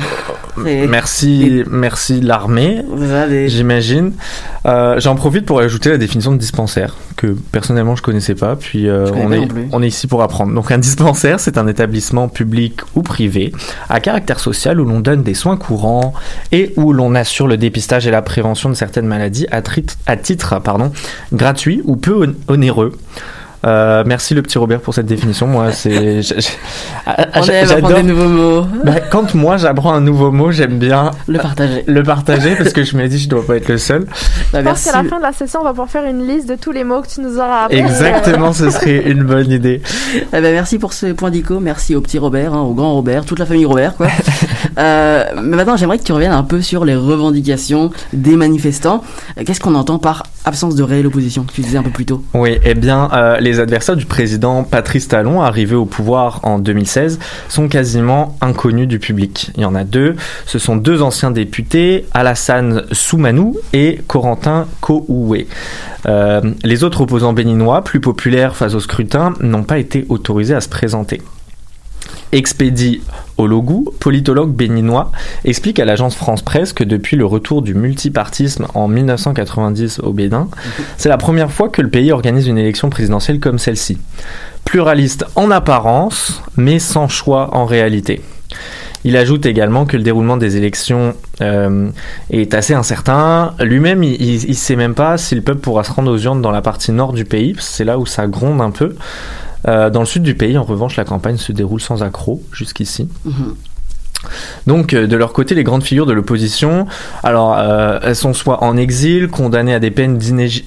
Merci l'armée, j'imagine. J'en profite pour ajouter la définition de dispensaire que personnellement je connaissais pas, puis on est ici pour apprendre. Donc un dispensaire, c'est un établissement public ou privé à caractère social où l'on donne des soins courants et où l'on assure le dépistage et la prévention de certaines maladies à titre gratuit ou peu onéreux. Merci le petit Robert pour cette définition. Moi, c'est j'adore des nouveaux mots. Quand moi j'apprends un nouveau mot, j'aime bien le partager parce que je me dis je dois pas être le seul. Je pense qu'à la fin de la session, on va pouvoir faire une liste de tous les mots que tu nous auras appris. Exactement, ce serait une bonne idée. Merci pour ce point d'ICO. Merci au petit Robert, au grand Robert, toute la famille Robert, quoi. Mais maintenant, j'aimerais que tu reviennes un peu sur les revendications des manifestants. Qu'est-ce qu'on entend par absence de réelle opposition ? Tu disais un peu plus tôt. Oui, les adversaires du président Patrice Talon, arrivé au pouvoir en 2016, sont quasiment inconnus du public. Il y en a 2. Ce sont 2 anciens députés, Alassane Soumanou et Corentin Kououé. Les autres opposants béninois, plus populaires face au scrutin, n'ont pas été autorisés à se présenter. Expédie Ologou, politologue béninois, explique à l'agence France-Presse que depuis le retour du multipartisme en 1990 au Bénin, c'est la première fois que le pays organise une élection présidentielle comme celle-ci. Pluraliste en apparence, mais sans choix en réalité. Il ajoute également que le déroulement des élections est assez incertain. Lui-même, il ne sait même pas si le peuple pourra se rendre aux urnes dans la partie nord du pays, c'est là où ça gronde un peu. Dans le sud du pays, en revanche, la campagne se déroule sans accroc jusqu'ici. Donc, de leur côté, les grandes figures de l'opposition, alors, elles sont soit en exil, condamnées à des peines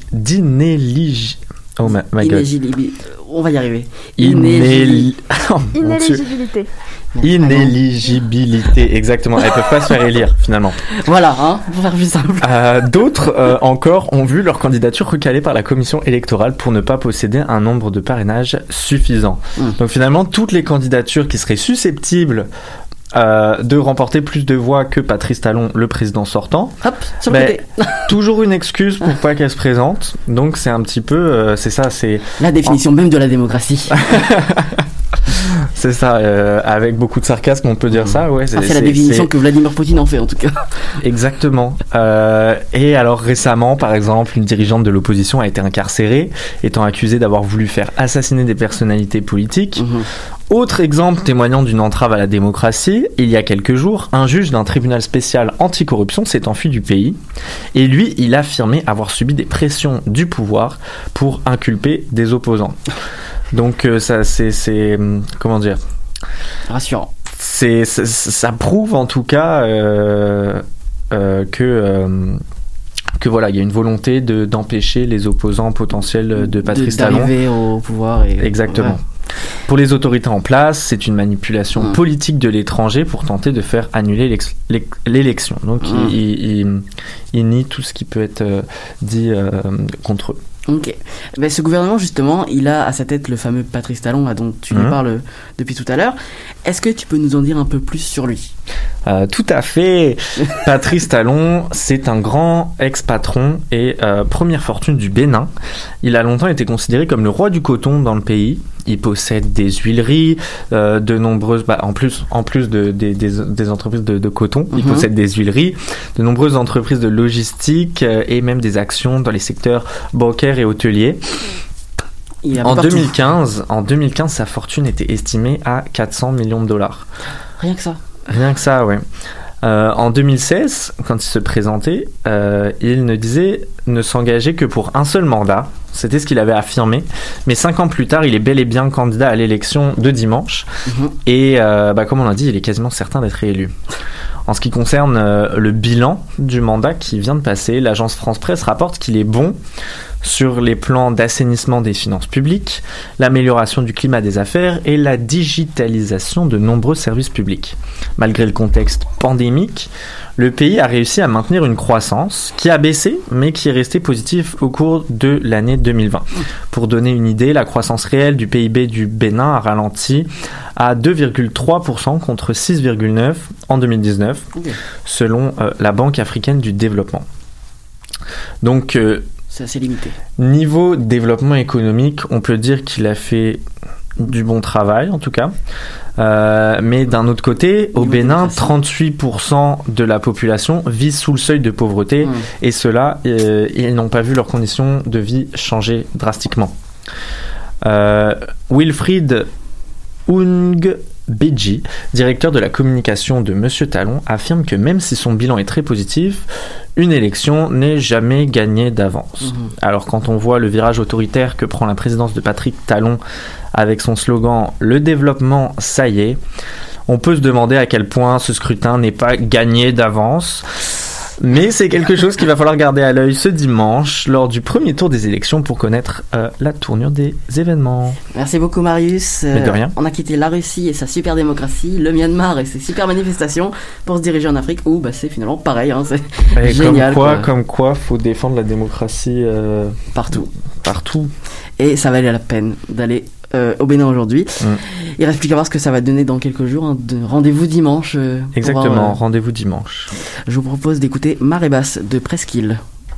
Oh my God. On va y arriver. Inéligibilité. Inéligibilité, exactement. Elles peuvent pas se faire élire, finalement. Voilà, pour faire plus simple. D'autres encore ont vu leur candidature recalée par la commission électorale pour ne pas posséder un nombre de parrainages suffisant. Donc finalement, toutes les candidatures qui seraient susceptibles de remporter plus de voix que Patrice Talon, le président sortant. Hop, sur le côté. Toujours une excuse pour pas qu'elle se présente. Donc c'est un petit peu, c'est ça, c'est la définition même de la démocratie. C'est ça, avec beaucoup de sarcasme, on peut dire ça. Ouais, c'est la définition que Vladimir Poutine en fait, en tout cas. Exactement. Et alors récemment, par exemple, une dirigeante de l'opposition a été incarcérée, étant accusée d'avoir voulu faire assassiner des personnalités politiques. Autre exemple témoignant d'une entrave à la démocratie, il y a quelques jours, un juge d'un tribunal spécial anticorruption s'est enfui du pays et lui, il a affirmé avoir subi des pressions du pouvoir pour inculper des opposants. Donc ça, c'est comment dire, rassurant. Ça prouve en tout cas que que voilà, il y a une volonté d'empêcher les opposants potentiels de Patrice Talon d'arriver au pouvoir. Exactement. Ouais. Pour les autorités en place, c'est une manipulation politique de l'étranger pour tenter de faire annuler l'élection. Donc il nie tout ce qui peut être dit contre eux. Ok. Ben, ce gouvernement, justement, il a à sa tête le fameux Patrice Talon, là, dont tu nous parles depuis tout à l'heure. Est-ce que tu peux nous en dire un peu plus sur lui ? Tout à fait. Patrice Talon, c'est un grand ex-patron et première fortune du Bénin. Il a longtemps été considéré comme le roi du coton dans le pays. Il possède des huileries, de nombreuses, en plus des entreprises de coton, il possède des huileries, de nombreuses entreprises de logistique et même des actions dans les secteurs bancaires et hôteliers. En 2015, sa fortune était estimée à 400 millions de dollars. Rien que ça. Rien que ça, ouais. En 2016, quand il se présentait, il ne s'engageait que pour un seul mandat. C'était ce qu'il avait affirmé. Mais 5 ans plus tard, il est bel et bien candidat à l'élection de dimanche. Et comme on l'a dit, il est quasiment certain d'être réélu. En ce qui concerne le bilan du mandat qui vient de passer, l'agence France-Presse rapporte qu'il est bon sur les plans d'assainissement des finances publiques, l'amélioration du climat des affaires et la digitalisation de nombreux services publics. Malgré le contexte pandémique, le pays a réussi à maintenir une croissance qui a baissé, mais qui est restée positive au cours de l'année 2020. Pour donner une idée, la croissance réelle du PIB du Bénin a ralenti à 2,3% contre 6,9% en 2019, selon la Banque africaine du développement. Donc, c'est assez limité. Niveau développement économique, on peut dire qu'il a fait du bon travail, en tout cas. Mais d'un autre côté, au Bénin, 38% de la population vit sous le seuil de pauvreté, et ceux-là, ils n'ont pas vu leurs conditions de vie changer drastiquement. Wilfried Beji, directeur de la communication de Monsieur Talon, affirme que même si son bilan est très positif, une élection n'est jamais gagnée d'avance. Alors quand on voit le virage autoritaire que prend la présidence de Patrice Talon avec son slogan « Le développement, ça y est », on peut se demander à quel point ce scrutin n'est pas gagné d'avance. Mais c'est quelque chose qu'il va falloir garder à l'œil ce dimanche lors du premier tour des élections pour connaître la tournure des événements. Merci beaucoup Marius. Mais de rien. On a quitté la Russie et sa super démocratie, le Myanmar et ses super manifestations pour se diriger en Afrique où c'est finalement pareil. C'est génial. Comme quoi, faut défendre la démocratie partout. Et ça valait la peine d'aller au Bénin aujourd'hui. Il reste plus qu'à voir ce que ça va donner dans quelques jours. Rendez-vous dimanche. Exactement, rendez-vous dimanche. Je vous propose d'écouter Marée Basse de Presqu'île.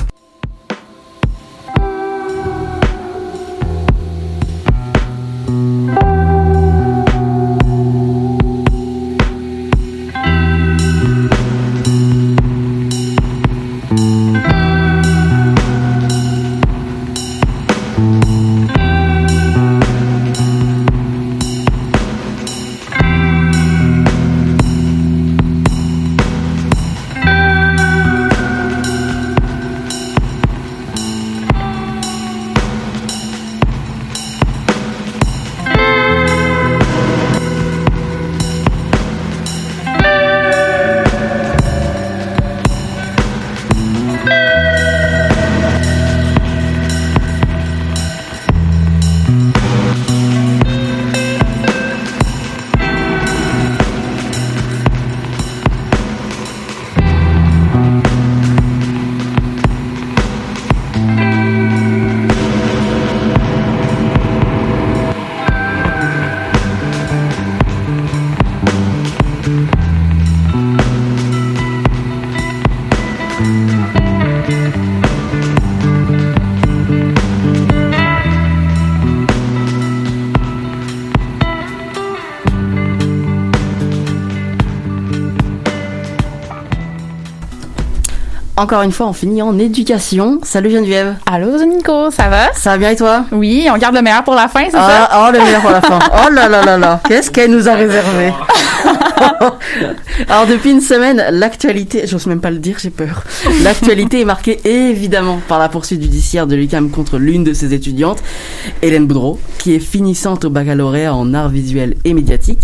Encore une fois, on finit en éducation. Salut Geneviève. Allô Nico, ça va? Ça va bien et toi? Oui, on garde le meilleur pour la fin, c'est ça? Oh, le meilleur pour la fin. Oh là là là là. Qu'est-ce qu'elle nous a réservé? Alors depuis une semaine, l'actualité, j'ose même pas le dire, j'ai peur. L'actualité est marquée évidemment par la poursuite judiciaire de l'UQAM contre l'une de ses étudiantes, Hélène Boudreau, qui est finissante au baccalauréat en arts visuels et médiatiques.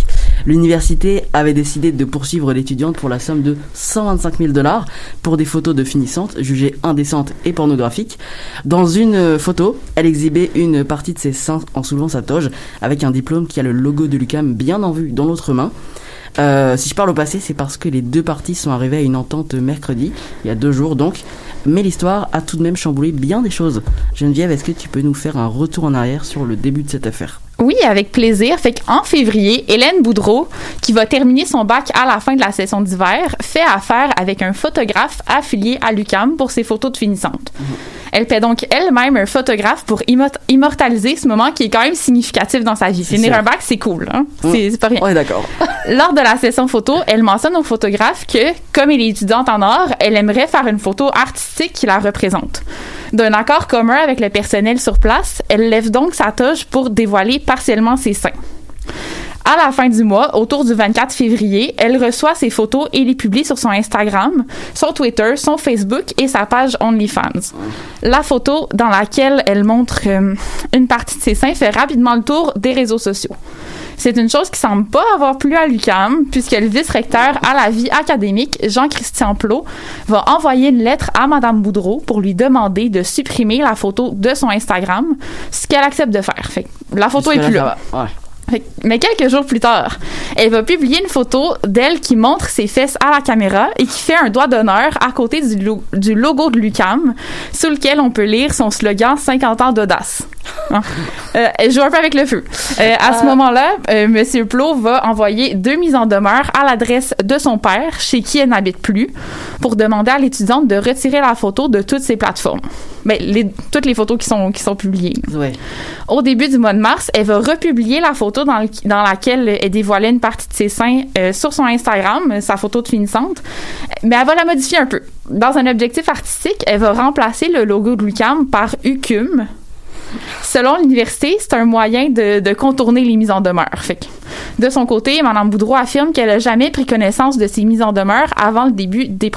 L'université avait décidé de poursuivre l'étudiante pour la somme de $125,000 pour des photos de finissantes jugées indécentes et pornographiques. Dans une photo, elle exhibait une partie de ses seins en soulevant sa toge avec un diplôme qui a le logo de l'UQAM bien en vue dans l'autre main. Si je parle au passé, c'est parce que les deux parties sont arrivées à une entente mercredi, il y a 2 jours donc, mais l'histoire a tout de même chamboulé bien des choses. Geneviève, est-ce que tu peux nous faire un retour en arrière sur le début de cette affaire? Oui, avec plaisir. Fait qu'en février, Hélène Boudreau, qui va terminer son bac à la fin de la session d'hiver, fait affaire avec un photographe affilié à l'UQAM pour ses photos de finissantes. Elle paie donc elle-même un photographe pour immortaliser ce moment qui est quand même significatif dans sa vie. Finir un bac, c'est cool, hein? C'est pas rien. Ouais, d'accord. Lors de la session photo, elle mentionne au photographe que, comme elle est étudiante en art, elle aimerait faire une photo artistique qui la représente. D'un accord commun avec le personnel sur place, elle lève donc sa toge pour dévoiler partiellement ses seins. À la fin du mois, autour du 24 février, elle reçoit ses photos et les publie sur son Instagram, son Twitter, son Facebook et sa page OnlyFans. La photo dans laquelle elle montre une partie de ses seins fait rapidement le tour des réseaux sociaux. C'est une chose qui semble pas avoir plu à l'UQAM, puisque le vice-recteur à la vie académique, Jean-Christian Plot, va envoyer une lettre à Mme Boudreau pour lui demander de supprimer la photo de son Instagram, ce qu'elle accepte de faire. Fait que la photo est plus là. Mais quelques jours plus tard, elle va publier une photo d'elle qui montre ses fesses à la caméra et qui fait un doigt d'honneur à côté du logo de l'UQAM, sous lequel on peut lire son slogan « 50 ans d'audace ». Elle joue un peu avec le feu. À ce moment-là, M. Plot va envoyer 2 mises en demeure à l'adresse de son père, chez qui elle n'habite plus, pour demander à l'étudiante de retirer la photo de toutes ses plateformes. Ben, toutes les photos qui sont publiées. Ouais. Au début du mois de mars, elle va republier la photo dans laquelle elle dévoilait une partie de ses seins sur son Instagram, sa photo de finissante, mais elle va la modifier un peu. Dans un objectif artistique, elle va remplacer le logo de l'UQAM par UQUM. Selon l'université, c'est un moyen de contourner les mises en demeure. Fait que, de son côté, Mme Boudreau affirme qu'elle n'a jamais pris connaissance de ces mises en demeure avant le début des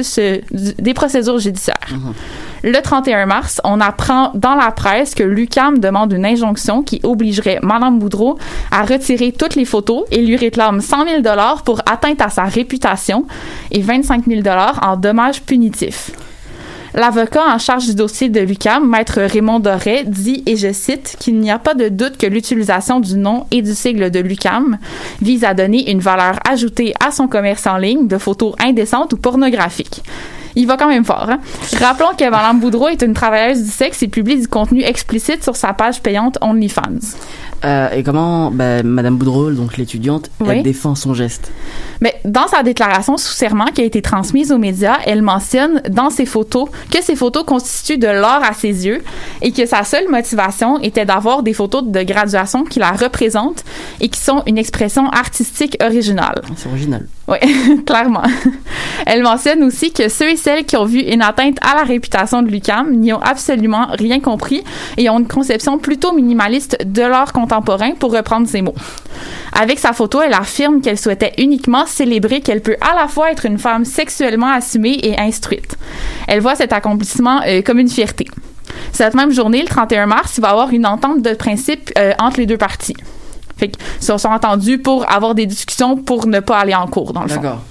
procédures judiciaires. Le 31 mars, on apprend dans la presse que l'UQAM demande une injonction qui obligerait Mme Boudreau à retirer toutes les photos et lui réclame $100,000 pour atteinte à sa réputation et $25,000 en dommages punitifs. L'avocat en charge du dossier de l'UQAM, Maître Raymond Doré, dit, et je cite, qu'il n'y a pas de doute que l'utilisation du nom et du sigle de l'UQAM vise à donner une valeur ajoutée à son commerce en ligne de photos indécentes ou pornographiques. Il va quand même fort, hein? Rappelons que Mme Boudreau est une travailleuse du sexe et publie du contenu explicite sur sa page payante OnlyFans. Et comment Mme Boudreau, donc l'étudiante, elle défend son geste? Mais dans sa déclaration sous serment qui a été transmise aux médias, elle mentionne dans ses photos que ces photos constituent de l'or à ses yeux et que sa seule motivation était d'avoir des photos de graduation qui la représentent et qui sont une expression artistique originale. C'est original. Oui, clairement. Elle mentionne aussi que ceux et celles qui ont vu une atteinte à la réputation de l'UQAM n'y ont absolument rien compris et ont une conception plutôt minimaliste de l'art contemporain, pour reprendre ses mots. Avec sa photo, elle affirme qu'elle souhaitait uniquement célébrer qu'elle peut à la fois être une femme sexuellement assumée et instruite. Elle voit cet accomplissement comme une fierté. Cette même journée, le 31 mars, il va y avoir une entente de principe entre les deux parties. Fait qu'ils se sont entendus pour avoir des discussions pour ne pas aller en cours, dans le fond. D'accord.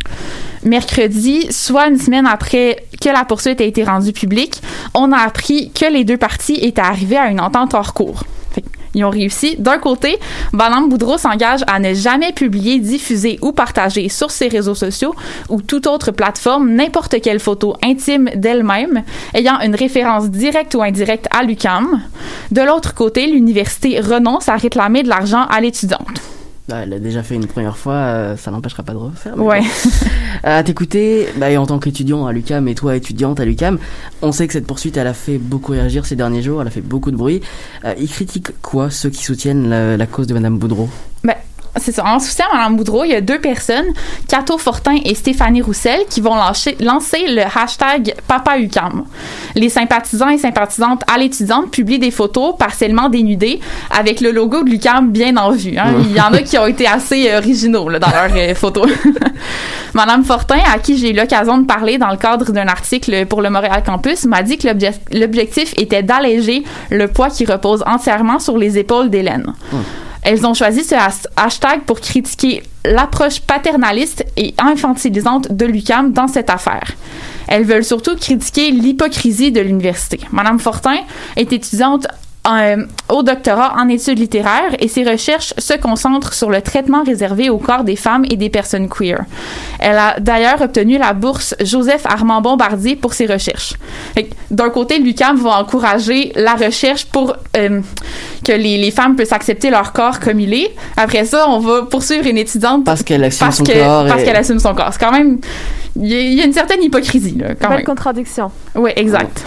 Mercredi, soit une semaine après que la poursuite a été rendue publique, on a appris que les deux parties étaient arrivées à une entente hors cours. Ils ont réussi. D'un côté, Mme Boudreau s'engage à ne jamais publier, diffuser ou partager sur ses réseaux sociaux ou toute autre plateforme n'importe quelle photo intime d'elle-même ayant une référence directe ou indirecte à l'UQAM. De l'autre côté, l'université renonce à réclamer de l'argent à l'étudiante. Elle l'a déjà fait une première fois, ça n'empêchera pas de refaire. Ouais. À t'écouter, et en tant qu'étudiant à l'UQAM et toi étudiante à l'UQAM, on sait que cette poursuite, elle a fait beaucoup réagir ces derniers jours, elle a fait beaucoup de bruit. Ils critiquent quoi, ceux qui soutiennent la cause de Mme Boudreau? C'est ça. En soutien à Mme Boudreau, il y a 2 personnes, Cato Fortin et Stéphanie Roussel, qui vont lancer le hashtag #PapaUQAM. Les sympathisants et sympathisantes à l'étudiante publient des photos partiellement dénudées avec le logo de l'UQAM bien en vue. Hein. Il y en a qui ont été assez originaux dans leurs photos. Mme Fortin, à qui j'ai eu l'occasion de parler dans le cadre d'un article pour le Montréal Campus, m'a dit que l'objectif était d'alléger le poids qui repose entièrement sur les épaules d'Hélène. Elles ont choisi ce hashtag pour critiquer l'approche paternaliste et infantilisante de l'UQAM dans cette affaire. Elles veulent surtout critiquer l'hypocrisie de l'université. Madame Fortin est étudiante au doctorat en études littéraires et ses recherches se concentrent sur le traitement réservé au corps des femmes et des personnes queer. Elle a d'ailleurs obtenu la bourse Joseph Armand Bombardier pour ses recherches. D'un côté, l'UQAM va encourager la recherche pour que les femmes puissent accepter leur corps comme il est. Après ça, on va poursuivre une étudiante parce qu'elle assume son corps. Parce qu'elle assume son corps. C'est quand même... Il y a une certaine hypocrisie, là, quand même. Belle contradiction. Oui, exact.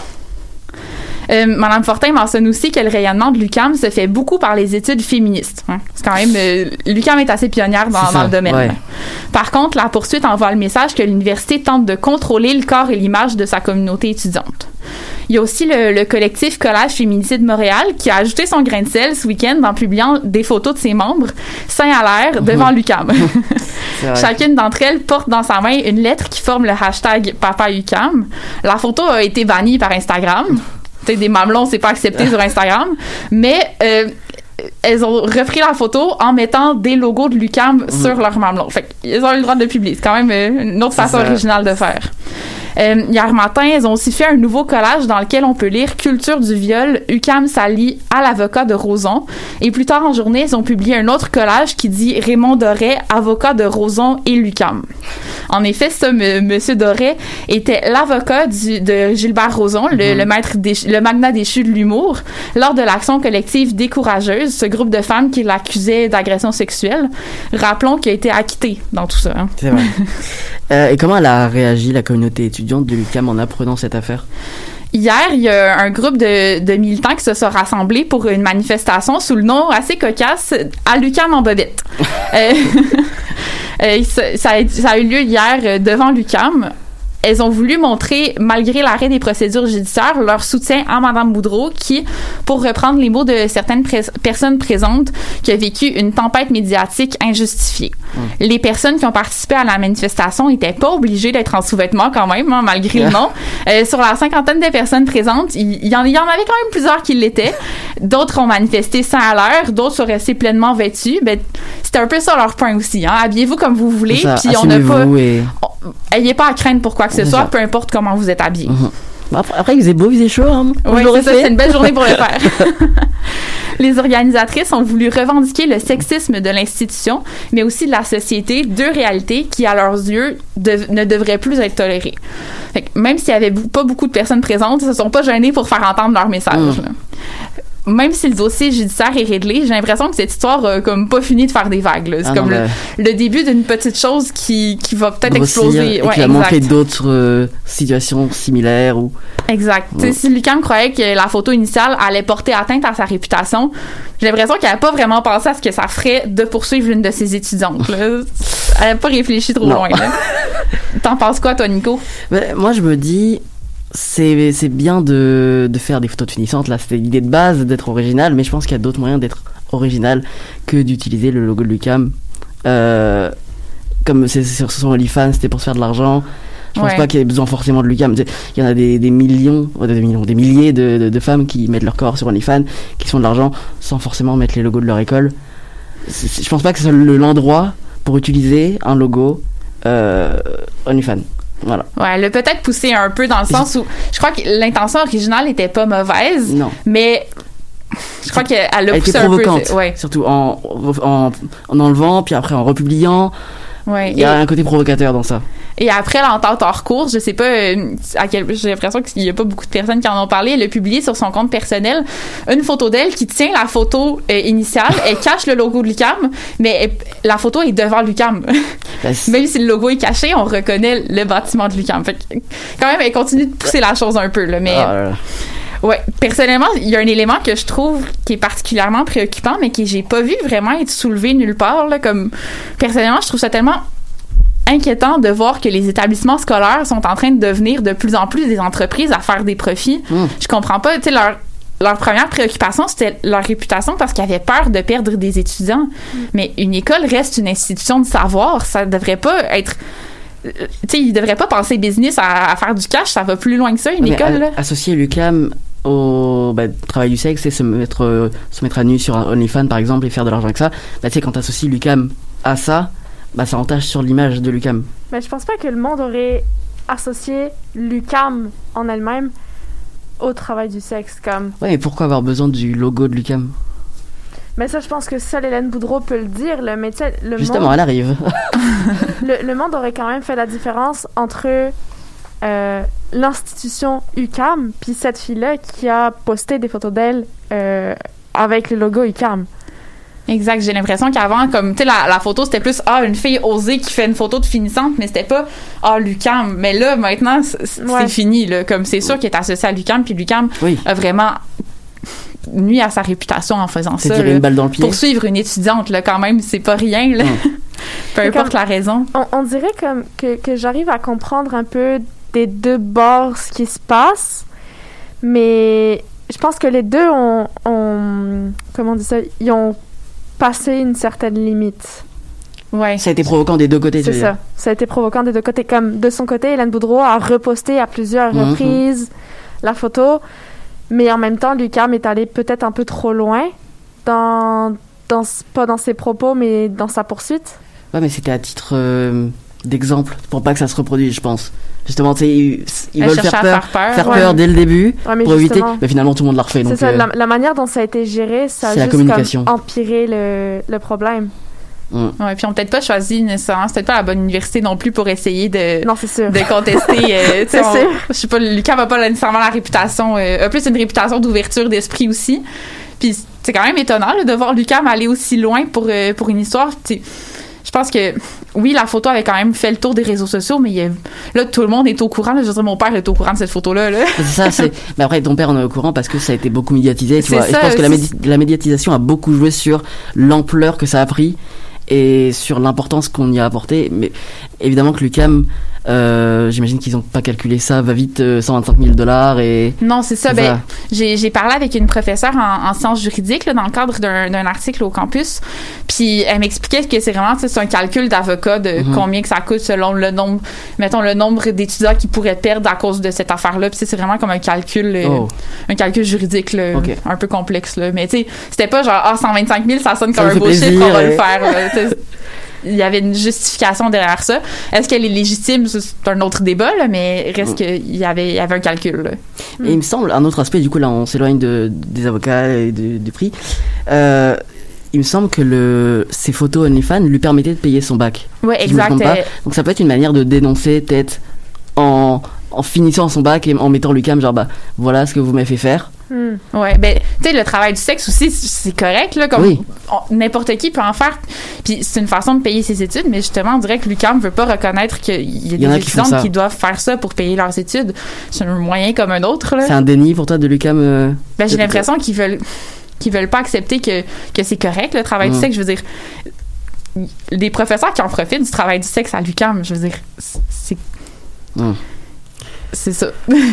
Madame Fortin mentionne aussi que le rayonnement de l'UQAM se fait beaucoup par les études féministes. Hein. C'est quand même... l'UQAM est assez pionnière dans le domaine. Ouais. Par contre, la poursuite envoie le message que l'université tente de contrôler le corps et l'image de sa communauté étudiante. Il y a aussi le collectif Collage Féminicide Montréal qui a ajouté son grain de sel ce week-end en publiant des photos de ses membres, seins à l'air, devant l'UQAM. Chacune d'entre elles porte dans sa main une lettre qui forme le hashtag #PapaUQAM. La photo a été bannie par Instagram. Des mamelons, c'est pas accepté sur Instagram, mais elles ont repris la photo en mettant des logos de l'UQAM sur leur mamelon. Fait qu'ils ont eu le droit de le publier. C'est quand même une autre façon originale de faire. Hier matin, elles ont aussi fait un nouveau collage dans lequel on peut lire « Culture du viol, UQAM s'allie à l'avocat de Roson ». Et plus tard en journée, elles ont publié un autre collage qui dit « Raymond Doré, avocat de Roson et l'UQAM ». En effet, ça, Monsieur Doré était l'avocat de Gilbert Rozon, le magnat déchu de l'humour, lors de l'action collective Décourageuse, ce groupe de femmes qui l'accusaient d'agression sexuelle. Rappelons qu'il a été acquitté dans tout ça. Hein. C'est vrai. Et comment elle a réagi, la communauté étudiante de l'UQAM, en apprenant cette affaire? Hier, il y a un groupe de militants qui se sont rassemblés pour une manifestation sous le nom assez cocasse « À l'UQAM en bobette ». Ça a eu lieu hier devant l'UQAM. Elles ont voulu montrer, malgré l'arrêt des procédures judiciaires, leur soutien à Mme Boudreau qui, pour reprendre les mots de certaines personnes présentes, qui a vécu une tempête médiatique injustifiée. Les personnes qui ont participé à la manifestation n'étaient pas obligées d'être en sous-vêtements quand même, hein, malgré le nom. Sur la 50aine de personnes présentes, il y en avait quand même plusieurs qui l'étaient. D'autres ont manifesté sans à l'heure, d'autres sont restés pleinement vêtus. Ben, c'était un peu ça leur point aussi. Hein. Habillez-vous comme vous voulez, puis on n'a pas... Ayez pas à craindre pour quoi que ce soit, peu importe comment vous êtes habillé. Après, il faisait beau, il faisait chaud. Hein. Oui, c'est une belle journée pour le faire. Les organisatrices ont voulu revendiquer le sexisme de l'institution, mais aussi de la société, deux réalités qui, à leurs yeux, ne devraient plus être tolérées. Fait que même s'il y avait pas beaucoup de personnes présentes, ils se sont pas gênés pour faire entendre leur message. Même si le dossier judiciaire est réglé, j'ai l'impression que cette histoire a comme pas fini de faire des vagues. Là. C'est comme le début d'une petite chose qui va peut-être exploser. Et qui va montrer d'autres situations similaires. Exact. Si l'UQAM croyait que la photo initiale allait porter atteinte à sa réputation, j'ai l'impression qu'elle n'a pas vraiment pensé à ce que ça ferait de poursuivre l'une de ses étudiantes. Là. Elle n'a pas réfléchi trop loin. Là. T'en penses quoi, toi, Nico? Moi, je me dis... C'est bien de faire des photos finissantes. Là, c'était l'idée de base d'être original, mais je pense qu'il y a d'autres moyens d'être original que d'utiliser le logo de l'UQAM. Comme c'est sur son OnlyFans, c'était pour se faire de l'argent. Je pense pas qu'il y ait besoin forcément de l'UQAM. Il y en a des milliers de femmes qui mettent leur corps sur OnlyFans, qui font de l'argent sans forcément mettre les logos de leur école. Je pense pas que c'est l'endroit pour utiliser un logo OnlyFans. Voilà. Ouais, elle a peut-être poussé un peu dans le sens où je crois que l'intention originale n'était pas mauvaise, mais je crois qu'elle a poussé un peu. Surtout en enlevant, puis après en republiant. Il y a un côté provocateur dans ça. Et après l'entente hors cours, je sais pas j'ai l'impression qu'il y a pas beaucoup de personnes qui en ont parlé. Elle a publié sur son compte personnel une photo d'elle qui tient la photo initiale. Elle cache le logo de l'UQAM, mais la photo est devant l'UQAM. Même si le logo est caché, on reconnaît le bâtiment de l'UQAM. Fait que, quand même, elle continue de pousser la chose un peu là, mais. Ouais, personnellement, il y a un élément que je trouve qui est particulièrement préoccupant, mais que j'ai pas vu vraiment être soulevé nulle part. Là, comme personnellement, je trouve ça tellement inquiétant de voir que les établissements scolaires sont en train de devenir de plus en plus des entreprises à faire des profits. Je comprends pas, tu sais, leur première préoccupation, c'était leur réputation parce qu'ils avaient peur de perdre des étudiants. Mais une école reste une institution de savoir. Ça devrait pas être... Tu sais, ils devraient pas penser business à faire du cash. Ça va plus loin que ça, une école. Associer l'UQAM au travail du sexe, c'est se mettre à nu sur un OnlyFans par exemple et faire de l'argent avec ça, tu sais, quand t'associes l'UQAM à ça, ça entache sur l'image de l'UQAM. Mais je pense pas que le monde aurait associé l'UQAM en elle-même au travail du sexe. Comme... Ouais, mais pourquoi avoir besoin du logo de l'UQAM? Mais ça, je pense que seule Hélène Boudreau peut le dire. Là. Mais le justement, monde... elle arrive. le monde aurait quand même fait la différence entre l'institution UQAM puis cette fille-là qui a posté des photos d'elle avec le logo UQAM. Exact, j'ai l'impression qu'avant, comme, tu sais, la photo, c'était plus, une fille osée qui fait une photo de finissante, mais c'était pas, l'UQAM. Mais là, maintenant, c'est fini, là. Comme, c'est sûr qu'il est associé à l'UQAM, puis l'UQAM a vraiment nuit à sa réputation en faisant ça. Tirer une balle dans le pied. Poursuivre une étudiante, là, quand même, c'est pas rien, là. Peu importe la raison. On dirait comme que j'arrive à comprendre un peu des deux bords ce qui se passe, mais je pense que les deux ont comment on dit ça, ils ont passé une certaine limite. Ouais. Ça a été provoquant des deux côtés. C'est ça. Ça a été provoquant des deux côtés. Comme de son côté, Hélène Boudreau a reposté à plusieurs reprises la photo, mais en même temps, l'UQAM est allé peut-être un peu trop loin pas dans ses propos, mais dans sa poursuite. Ouais, mais c'était à titre d'exemple pour pas que ça se reproduise, je pense. Justement, tu sais, ils veulent faire peur dès le début pour éviter, mais finalement tout le monde l'a refait. C'est donc, ça, la manière dont ça a été géré, ça a juste comme empiré le problème. Ouais, puis on n'a peut-être pas choisi nécessairement, c'est peut-être pas la bonne université non plus pour essayer de contester. C'est sûr. Je sais pas, l'UQAM n'a pas nécessairement la réputation, a plus une réputation d'ouverture d'esprit aussi. Puis c'est quand même étonnant là, de voir l'UQAM aller aussi loin pour une histoire. T'sais, je pense que, oui, la photo avait quand même fait le tour des réseaux sociaux, mais là, tout le monde est au courant. Là, je veux dire, mon père est au courant de cette photo-là. Là. C'est ça, mais après, ton père en est au courant parce que ça a été beaucoup médiatisé. Tu vois. Et je pense que la médiatisation a beaucoup joué sur l'ampleur que ça a pris et sur l'importance qu'on y a apporté. Mais évidemment que l'UQAM, j'imagine qu'ils n'ont pas calculé ça, va vite, $125,000 et... Non, c'est ça. Ben, j'ai parlé avec une professeure en sciences juridiques là, dans le cadre d'un article au campus, puis elle m'expliquait que c'est vraiment, c'est un calcul d'avocat de combien que ça coûte selon le nombre, mettons, le nombre d'étudiants qui pourraient perdre à cause de cette affaire-là, puis c'est vraiment comme un calcul juridique là, un peu complexe, là. Mais tu sais, c'était pas genre, 125 000, ça sonne comme un beau chiffre, on va le faire, là, il y avait une justification derrière ça. Est-ce qu'elle est légitime? C'est un autre débat, là, mais reste qu'il y avait un calcul. Là. Et il me semble, un autre aspect, du coup, là, on s'éloigne des avocats et du prix. Il me semble que ces photos OnlyFans lui permettaient de payer son bac. Ouais, exact. Donc ça peut être une manière de dénoncer, peut-être, en finissant son bac et en mettant l'UQAM, genre, voilà ce que vous m'avez fait faire. Ouais, ben, tu sais, le travail du sexe aussi, c'est correct, là, comme n'importe qui peut en faire. Puis c'est une façon de payer ses études, mais justement, on dirait que l'UQAM veut pas reconnaître qu'il y a des étudiants qui doivent faire ça pour payer leurs études. C'est un moyen comme un autre, là. C'est un déni pour toi de l'UQAM? Ben, j'ai l'impression qu'ils veulent pas accepter que c'est correct, le travail du sexe. Je veux dire, des professeurs qui en profitent du travail du sexe à l'UQAM, je veux dire, c'est ça.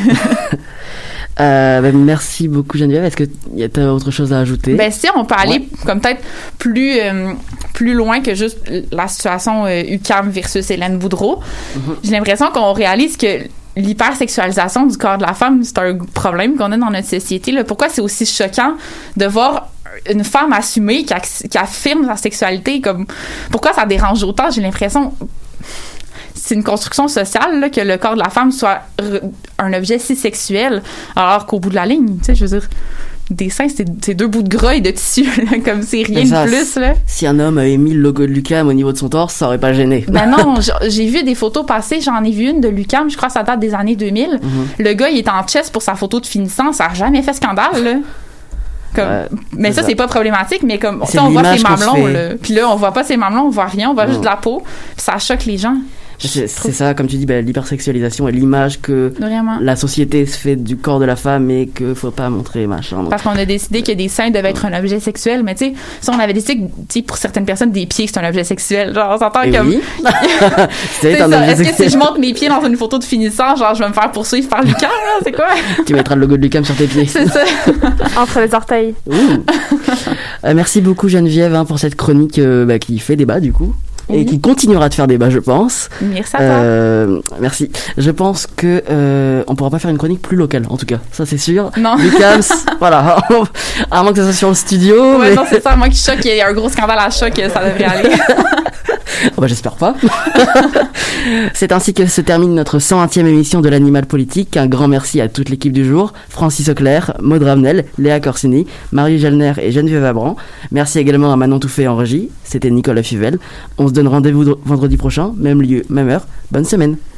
Merci beaucoup Geneviève. Est-ce que tu as autre chose à ajouter? Ben si, on peut aller comme peut-être plus loin que juste la situation UQAM versus Hélène Boudreau. J'ai l'impression qu'on réalise que l'hypersexualisation du corps de la femme, c'est un problème qu'on a dans notre société. Là. Pourquoi c'est aussi choquant de voir une femme assumée qui affirme sa sexualité? Comme, pourquoi ça dérange autant? J'ai l'impression... C'est une construction sociale là, que le corps de la femme soit un objet si sexuel, alors qu'au bout de la ligne, tu sais, je veux dire, des seins, c'est deux bouts de gras et de tissu, là, comme c'est rien de plus. Là. Si un homme avait mis le logo de l'UQAM au niveau de son torse, ça aurait pas gêné. Ben non, j'ai vu des photos passer, j'en ai vu une de l'UQAM, je crois que ça date des années 2000. Le gars, il est en chest pour sa photo de finissant, ça n'a jamais fait scandale, là. Mais ça, c'est pas problématique, mais comme on voit ses mamelons, là. Puis là, on voit pas ses mamelons, on voit rien, on voit juste de la peau, puis ça choque les gens. C'est ça, comme tu dis, l'hypersexualisation et l'image que la société se fait du corps de la femme et qu'il faut pas montrer, machin. Donc. Parce qu'on a décidé que des seins devaient être un objet sexuel, mais tu sais, si on avait décidé que pour certaines personnes, des pieds, c'est un objet sexuel, genre, on s'entend comme... Oui. C'est ça. Est-ce que si je montre mes pieds dans une photo de finissant, genre, je vais me faire poursuivre par l'UQAM, là, c'est quoi? Tu mettras le logo de l'UQAM sur tes pieds. C'est ça. Entre les orteils. Merci beaucoup Geneviève pour cette chronique qui fait débat, du coup. et qui continuera de faire débat, je pense. Merci à toi. Merci. Je pense que on pourra pas faire une chronique plus locale, en tout cas. Ça, c'est sûr. Non. Lucams, voilà. À moins que ça soit sur le studio. Ouais, non, c'est ça. Moi qui choque, il y a un gros scandale à Choc, ça devrait aller. Oh bah, j'espère pas. C'est ainsi que se termine notre 120e émission de l'Animal Politique. Un grand merci à toute l'équipe du jour. Francis Auclair, Maud Ravenel, Léa Corsini, Marie Gelner et Geneviève Abran. Merci également à Manon Touffet en régie. C'était Nicolas Fuvel. On se donne rendez-vous vendredi prochain, même lieu, même heure. Bonne semaine.